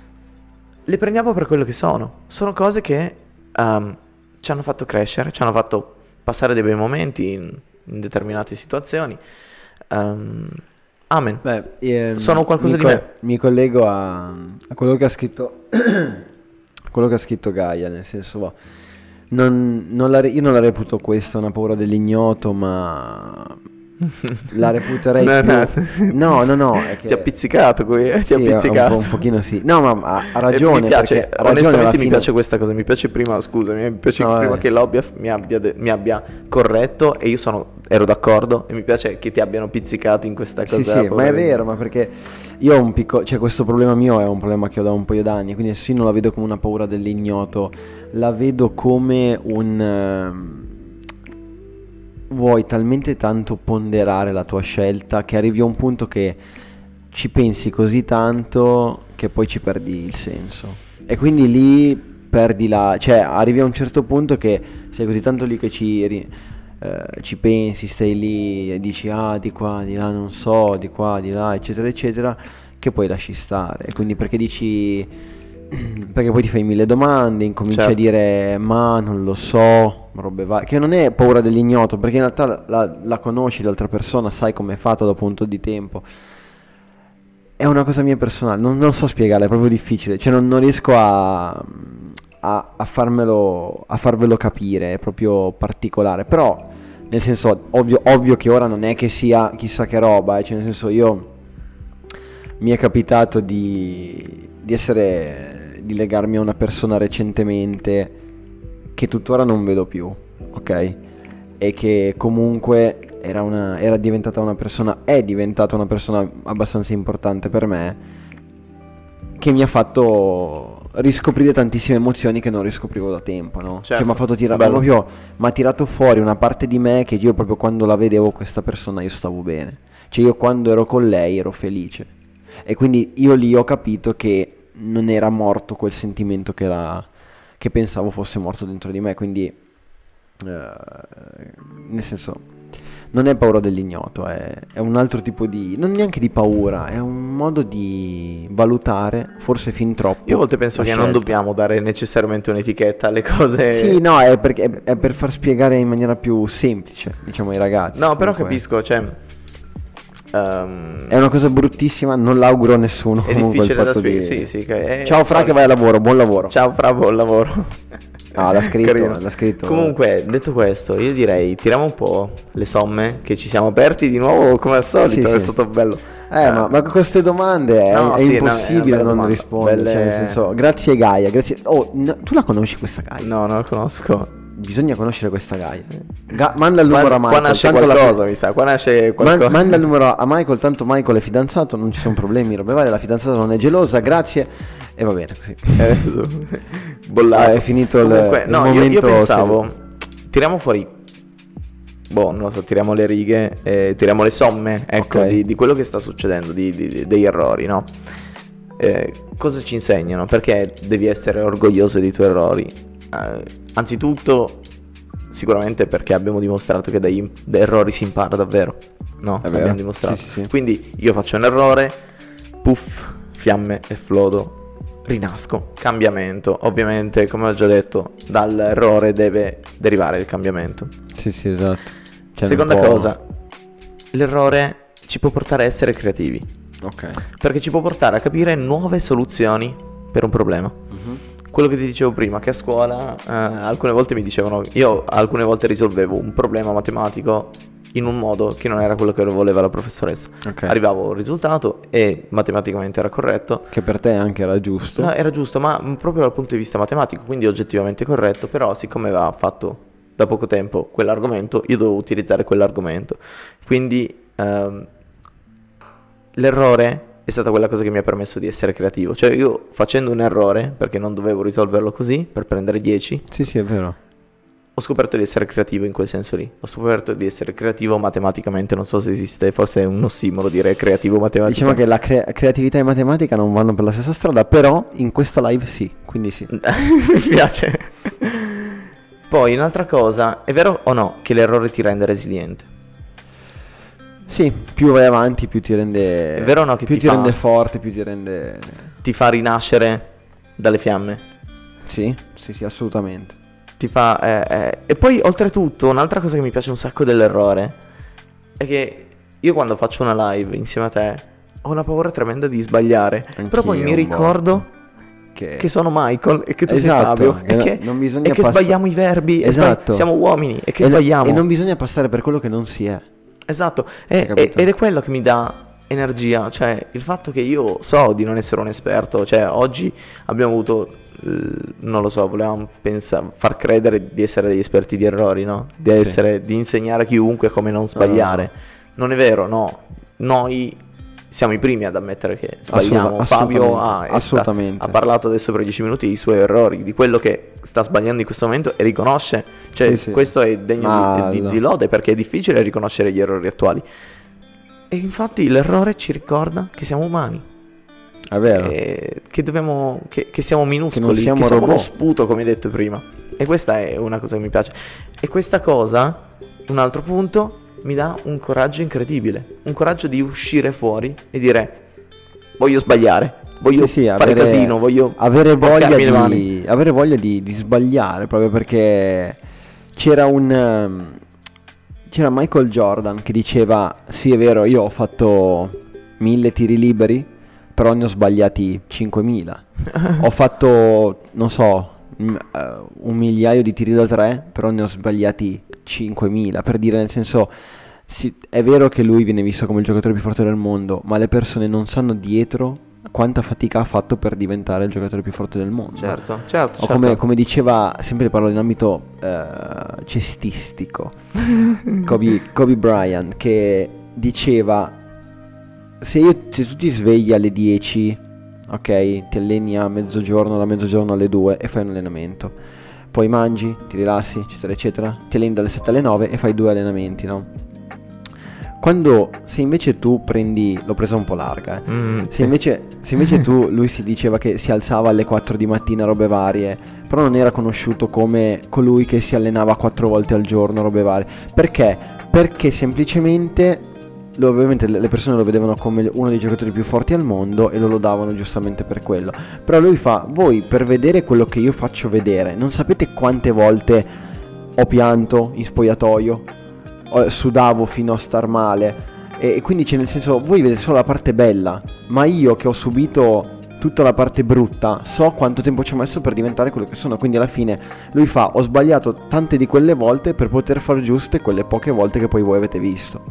Le prendiamo per quello che sono. Sono cose che ehm, ci hanno fatto crescere, ci hanno fatto passare dei bei momenti in, in determinate situazioni. Ehm, amen. Beh, ehm, Sono qualcosa mi di co- me. Mi collego a, a quello che ha scritto a quello che ha scritto Gaia, nel senso va, non, non la re- io non la reputo questa una paura dell'ignoto, ma la reputerei No, più... No, no, no, è che... Ti ha pizzicato qui, eh, ti ha Sì, un pizzicato. po', un pochino sì. No, ma ha, ha E ragione, mi piace, perché ha ragione onestamente alla mi fine- piace questa cosa, mi piace prima, scusami, mi piace No, prima vai. che Lobby mi abbia, de- mi abbia corretto e io sono, ero d'accordo e mi piace che ti abbiano pizzicato in questa cosa. Sì, sì, ma è povera- vero, ma perché io ho un piccolo, cioè questo problema mio è un problema che ho da un paio d'anni, quindi adesso io non la vedo come una paura dell'ignoto, la vedo come un... ehm, vuoi talmente tanto ponderare la tua scelta che arrivi a un punto che ci pensi così tanto che poi ci perdi il senso. E quindi lì perdi la... cioè arrivi a un certo punto che sei così tanto lì che ci... ri- eh, ci pensi, stai lì e dici ah di qua, di là non so, di qua, di là eccetera eccetera, che poi lasci stare. E quindi perché dici, perché poi ti fai mille domande, incominci Certo. a dire ma non lo so, robe va- che non è paura dell'ignoto, perché in realtà la, la- la conosci l'altra persona, sai com'è fatta dopo un po' di tempo. È una cosa mia personale, non, non so spiegarla, è proprio difficile, cioè non, non riesco a, a, a farmelo, a farvelo capire, è proprio particolare, però nel senso ovvio, ovvio che ora non è che sia chissà che roba, eh, cioè nel senso io mi è capitato di, di di essere, di legarmi a una persona recentemente che tuttora non vedo più, ok? E che comunque era, una, era diventata una persona, è diventata una persona abbastanza importante per me, che mi ha fatto riscoprire tantissime emozioni che non riscoprivo da tempo, no? Certo, Cioè mi ha fatto tirare bello. proprio, mi ha tirato fuori una parte di me che io proprio quando la vedevo questa persona io stavo bene. Cioè io quando ero con lei ero felice. E quindi io lì ho capito che non era morto quel sentimento che, era, che pensavo fosse morto dentro di me. Quindi, eh, nel senso, non è paura dell'ignoto, è, è un altro tipo di... non neanche di paura, è un modo di valutare, forse fin troppo. Io a volte penso la che non scelta. dobbiamo dare necessariamente un'etichetta alle cose. Sì, no, è, perché, è, è per far spiegare in maniera più semplice, diciamo, ai ragazzi. No, però comunque. capisco, cioè... ehm, È una cosa bruttissima, non l'auguro a nessuno. è comunque, il difficile da fatto di- spiegare. Sì, sì, che è- Ciao Fra, che vai a lavoro, buon lavoro. Ciao Fra, buon lavoro. Ah, l'ha scritto, Carino. l'ha scritto. Comunque, detto questo, io direi tiriamo un po' le somme, che ci siamo aperti di nuovo come al solito, Sì, è sì. stato bello. Eh, ma, ma con queste domande è, No, è sì, no, è una impossibile bella non domanda. rispondere. Belle- Cioè, nel senso, grazie Gaia, grazie. Oh, no, tu la conosci questa Gaia? No, non lo conosco. Bisogna conoscere questa Gaia. Ga- manda il numero Qua, a Michael. qua nasce tanto la- qualcosa, mi sa, qua nasce Man- qualcosa. manda il numero a Michael, tanto Michael è fidanzato, non ci sono problemi, robe varie, la fidanzata non è gelosa, grazie. E va bene così. Eh, bollato. Ah, è finito il- Comunque, il no, io- io, momento pensavo, tiriamo fuori, boh, non lo so, tiriamo le righe, eh, tiriamo le somme, ecco, Ok. di, di quello che sta succedendo, di, di- di- degli errori, no? Eh, cosa ci insegnano? Perché devi essere orgoglioso dei tuoi errori? Eh, anzitutto, sicuramente perché abbiamo dimostrato che dagli da errori si impara davvero, no? È vero, L'abbiamo dimostrato. sì, sì, sì. Quindi io faccio un errore, puff, fiamme, esplodo, rinasco, cambiamento. Ovviamente, come ho già detto, dall'errore deve derivare il cambiamento. Sì, sì, esatto. Cioè, Seconda un po'- cosa, l'errore ci può portare a essere creativi, Ok. perché ci può portare a capire nuove soluzioni per un problema. Mhm. Quello che ti dicevo prima, che a scuola eh, alcune volte mi dicevano, io alcune volte risolvevo un problema matematico in un modo che non era quello che voleva la professoressa. Ok. Arrivavo a un risultato e matematicamente era corretto. Che per te anche era giusto. No, era giusto, ma mh, proprio dal punto di vista matematico, quindi oggettivamente corretto, però siccome aveva fatto da poco tempo quell'argomento, io dovevo utilizzare quell'argomento. Quindi ehm, l'errore è stata quella cosa che mi ha permesso di essere creativo. Cioè io facendo un errore, perché non dovevo risolverlo così, per prendere dieci, Sì, sì, è vero. ho scoperto di essere creativo in quel senso lì. Ho scoperto di essere creativo matematicamente, non so se esiste, forse è un ossimoro dire creativo matematicamente. Diciamo che la cre- creatività e matematica non vanno per la stessa strada, però in questa live sì, quindi sì. Mi piace. Poi un'altra cosa, è vero o no che l'errore ti rende resiliente? Sì, più vai avanti, più ti rende. È vero o no che più ti ti fa- rende forte, più ti rende. Ti fa rinascere dalle fiamme? Sì, sì, sì, assolutamente. Ti fa... eh, eh. E poi oltretutto un'altra cosa che mi piace un sacco dell'errore è che io quando faccio una live insieme a te ho una paura tremenda di sbagliare. Però poi Anch'io mi un ricordo Che, che sono Michael e che tu Esatto, sei Fabio che e no- che, non bisogna e che passa- sbagliamo i verbi e sbagli- Esatto. siamo uomini e che e, sbagliamo. e non bisogna passare per quello che non si è. Esatto, e- Hai capito? e- ed è quello che mi dà energia, cioè il fatto che io so di non essere un esperto, cioè oggi abbiamo avuto, eh, non lo so, volevamo pensa- far credere di essere degli esperti di errori, no? Di, Sì. essere, di insegnare a chiunque come non sbagliare. Non è vero, no, noi siamo i primi ad ammettere che sbagliamo. Assolut- Fabio ha, assolutamente, è sta- assolutamente. ha parlato adesso per dieci minuti dei suoi errori, di quello che sta sbagliando in questo momento e riconosce, cioè Sì, sì. questo è degno di, di- Ma- di lode perché è difficile riconoscere gli errori attuali. E infatti l'errore ci ricorda che siamo umani, È vero. e che, dobbiamo, che, che siamo minuscoli, Che che non siamo, siamo uno robot. sputo come hai detto prima. E questa è una cosa che mi piace. E questa cosa, un altro punto, mi dà un coraggio incredibile. Un coraggio di uscire fuori e dire voglio sbagliare, voglio Sì, sì, fare avere- casino, voglio avere voglia, sporcarmi le mani. di, avere voglia di, di sbagliare, proprio perché c'era un um, c'era Michael Jordan che diceva sì, è vero, io ho fatto mille tiri liberi, però ne ho sbagliati cinquemila. Ho fatto, non so, m- eh, un migliaio di tiri da tre, però ne ho sbagliati cinquemila, per dire, nel senso, sì, è vero che lui viene visto come il giocatore più forte del mondo, ma le persone non sanno dietro quanta fatica ha fatto per diventare il giocatore più forte del mondo. Certo, certo, O certo. come, come diceva, sempre parlo in ambito eh, cestistico, Kobe, Kobe Bryant, che diceva: se, io, se tu ti svegli alle dieci, ok, ti alleni a mezzogiorno, da mezzogiorno alle due e fai un allenamento, poi mangi, ti rilassi, eccetera eccetera, ti alleni dalle sette alle nove e fai due allenamenti, no? Quando, se invece tu prendi, l'ho presa un po' larga, eh. Mm, se, sì. invece, se invece tu, lui si diceva che si alzava alle quattro di mattina, robe varie, però non era conosciuto come colui che si allenava quattro volte al giorno, robe varie. Perché? Perché semplicemente, lo, ovviamente le persone lo vedevano come uno dei giocatori più forti al mondo e lo lodavano giustamente per quello. Però lui fa: voi per vedere quello che io faccio vedere, non sapete quante volte ho pianto in spogliatoio? Sudavo fino a star male, e, e quindi c'è, nel senso, voi vedete solo la parte bella, ma io che ho subito tutta la parte brutta so quanto tempo ci ho messo per diventare quello che sono. Quindi alla fine lui fa: ho sbagliato tante di quelle volte per poter far giuste quelle poche volte che poi voi avete visto.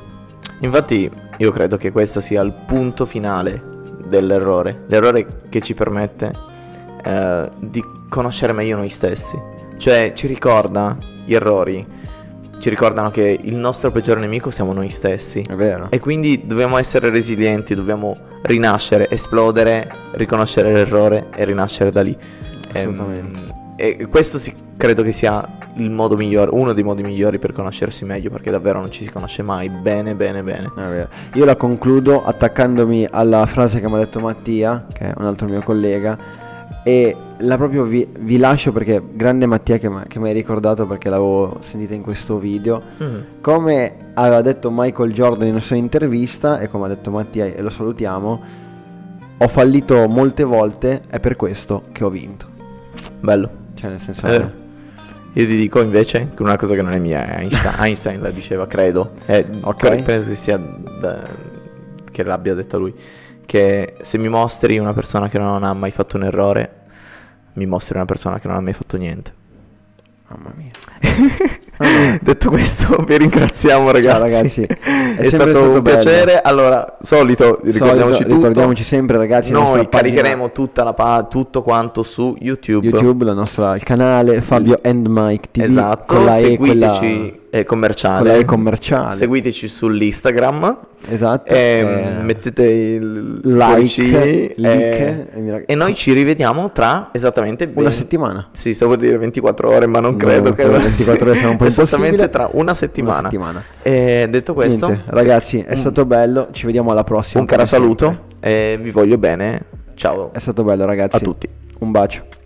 Infatti io credo che questo sia il punto finale dell'errore, l'errore che ci permette eh, di conoscere meglio noi stessi. Cioè ci ricorda, gli errori ci ricordano che il nostro peggior nemico siamo noi stessi. È vero. E quindi dobbiamo essere resilienti, dobbiamo rinascere, esplodere, riconoscere l'errore e rinascere da lì. Assolutamente. E, e questo sì, credo che sia il modo migliore, uno dei modi migliori per conoscersi meglio, perché davvero non ci si conosce mai bene bene bene. È vero. Io la concludo attaccandomi alla frase che mi ha detto Mattia, che è un altro mio collega, e la proprio vi, vi lascio perché grande Mattia che, che mi hai ricordato, perché l'avevo sentita in questo video. Mm. Come aveva detto Michael Jordan in una sua intervista, e come ha detto Mattia, e lo salutiamo: ho fallito molte volte, è per questo che ho vinto. Bello. Cioè, nel senso, Eh, io ti dico invece che una cosa che non è mia, è Einstein, Einstein la diceva, credo, e Ok. penso che sia da- che l'abbia detta lui, che se mi mostri una persona che non ha mai fatto un errore, mi mostri una persona che non ha mai fatto niente. mamma mia. Detto questo, vi ringraziamo ragazzi. Ciao, ragazzi. È È, sempre stato, stato un bello. piacere. Allora, solito, ricordiamoci Solito, tutto. ricordiamoci sempre, ragazzi, la Noi nostra pagina caricheremo tutta la pa- tutto quanto su YouTube. YouTube, la nostra, il canale Fabio and Mike T V, Esatto, con la E, seguiteci, quella- è commerciale. con la E commerciale. Seguiteci sull'Instagram. Esatto. E eh, mettete il like, cuoricini, like, e, e mi rag- e noi ci rivediamo tra esattamente una ben- settimana. Sì, stavo per dire ventiquattro ore, ma non No, credo che per ventiquattro ore sarà un po' esattamente impossibile. tra una settimana. Una settimana. E detto questo, Niente, ragazzi, è un- stato bello. Ci vediamo alla prossima. un caro come sempre. saluto e vi voglio bene. Ciao È stato bello, ragazzi. a tutti. Un bacio.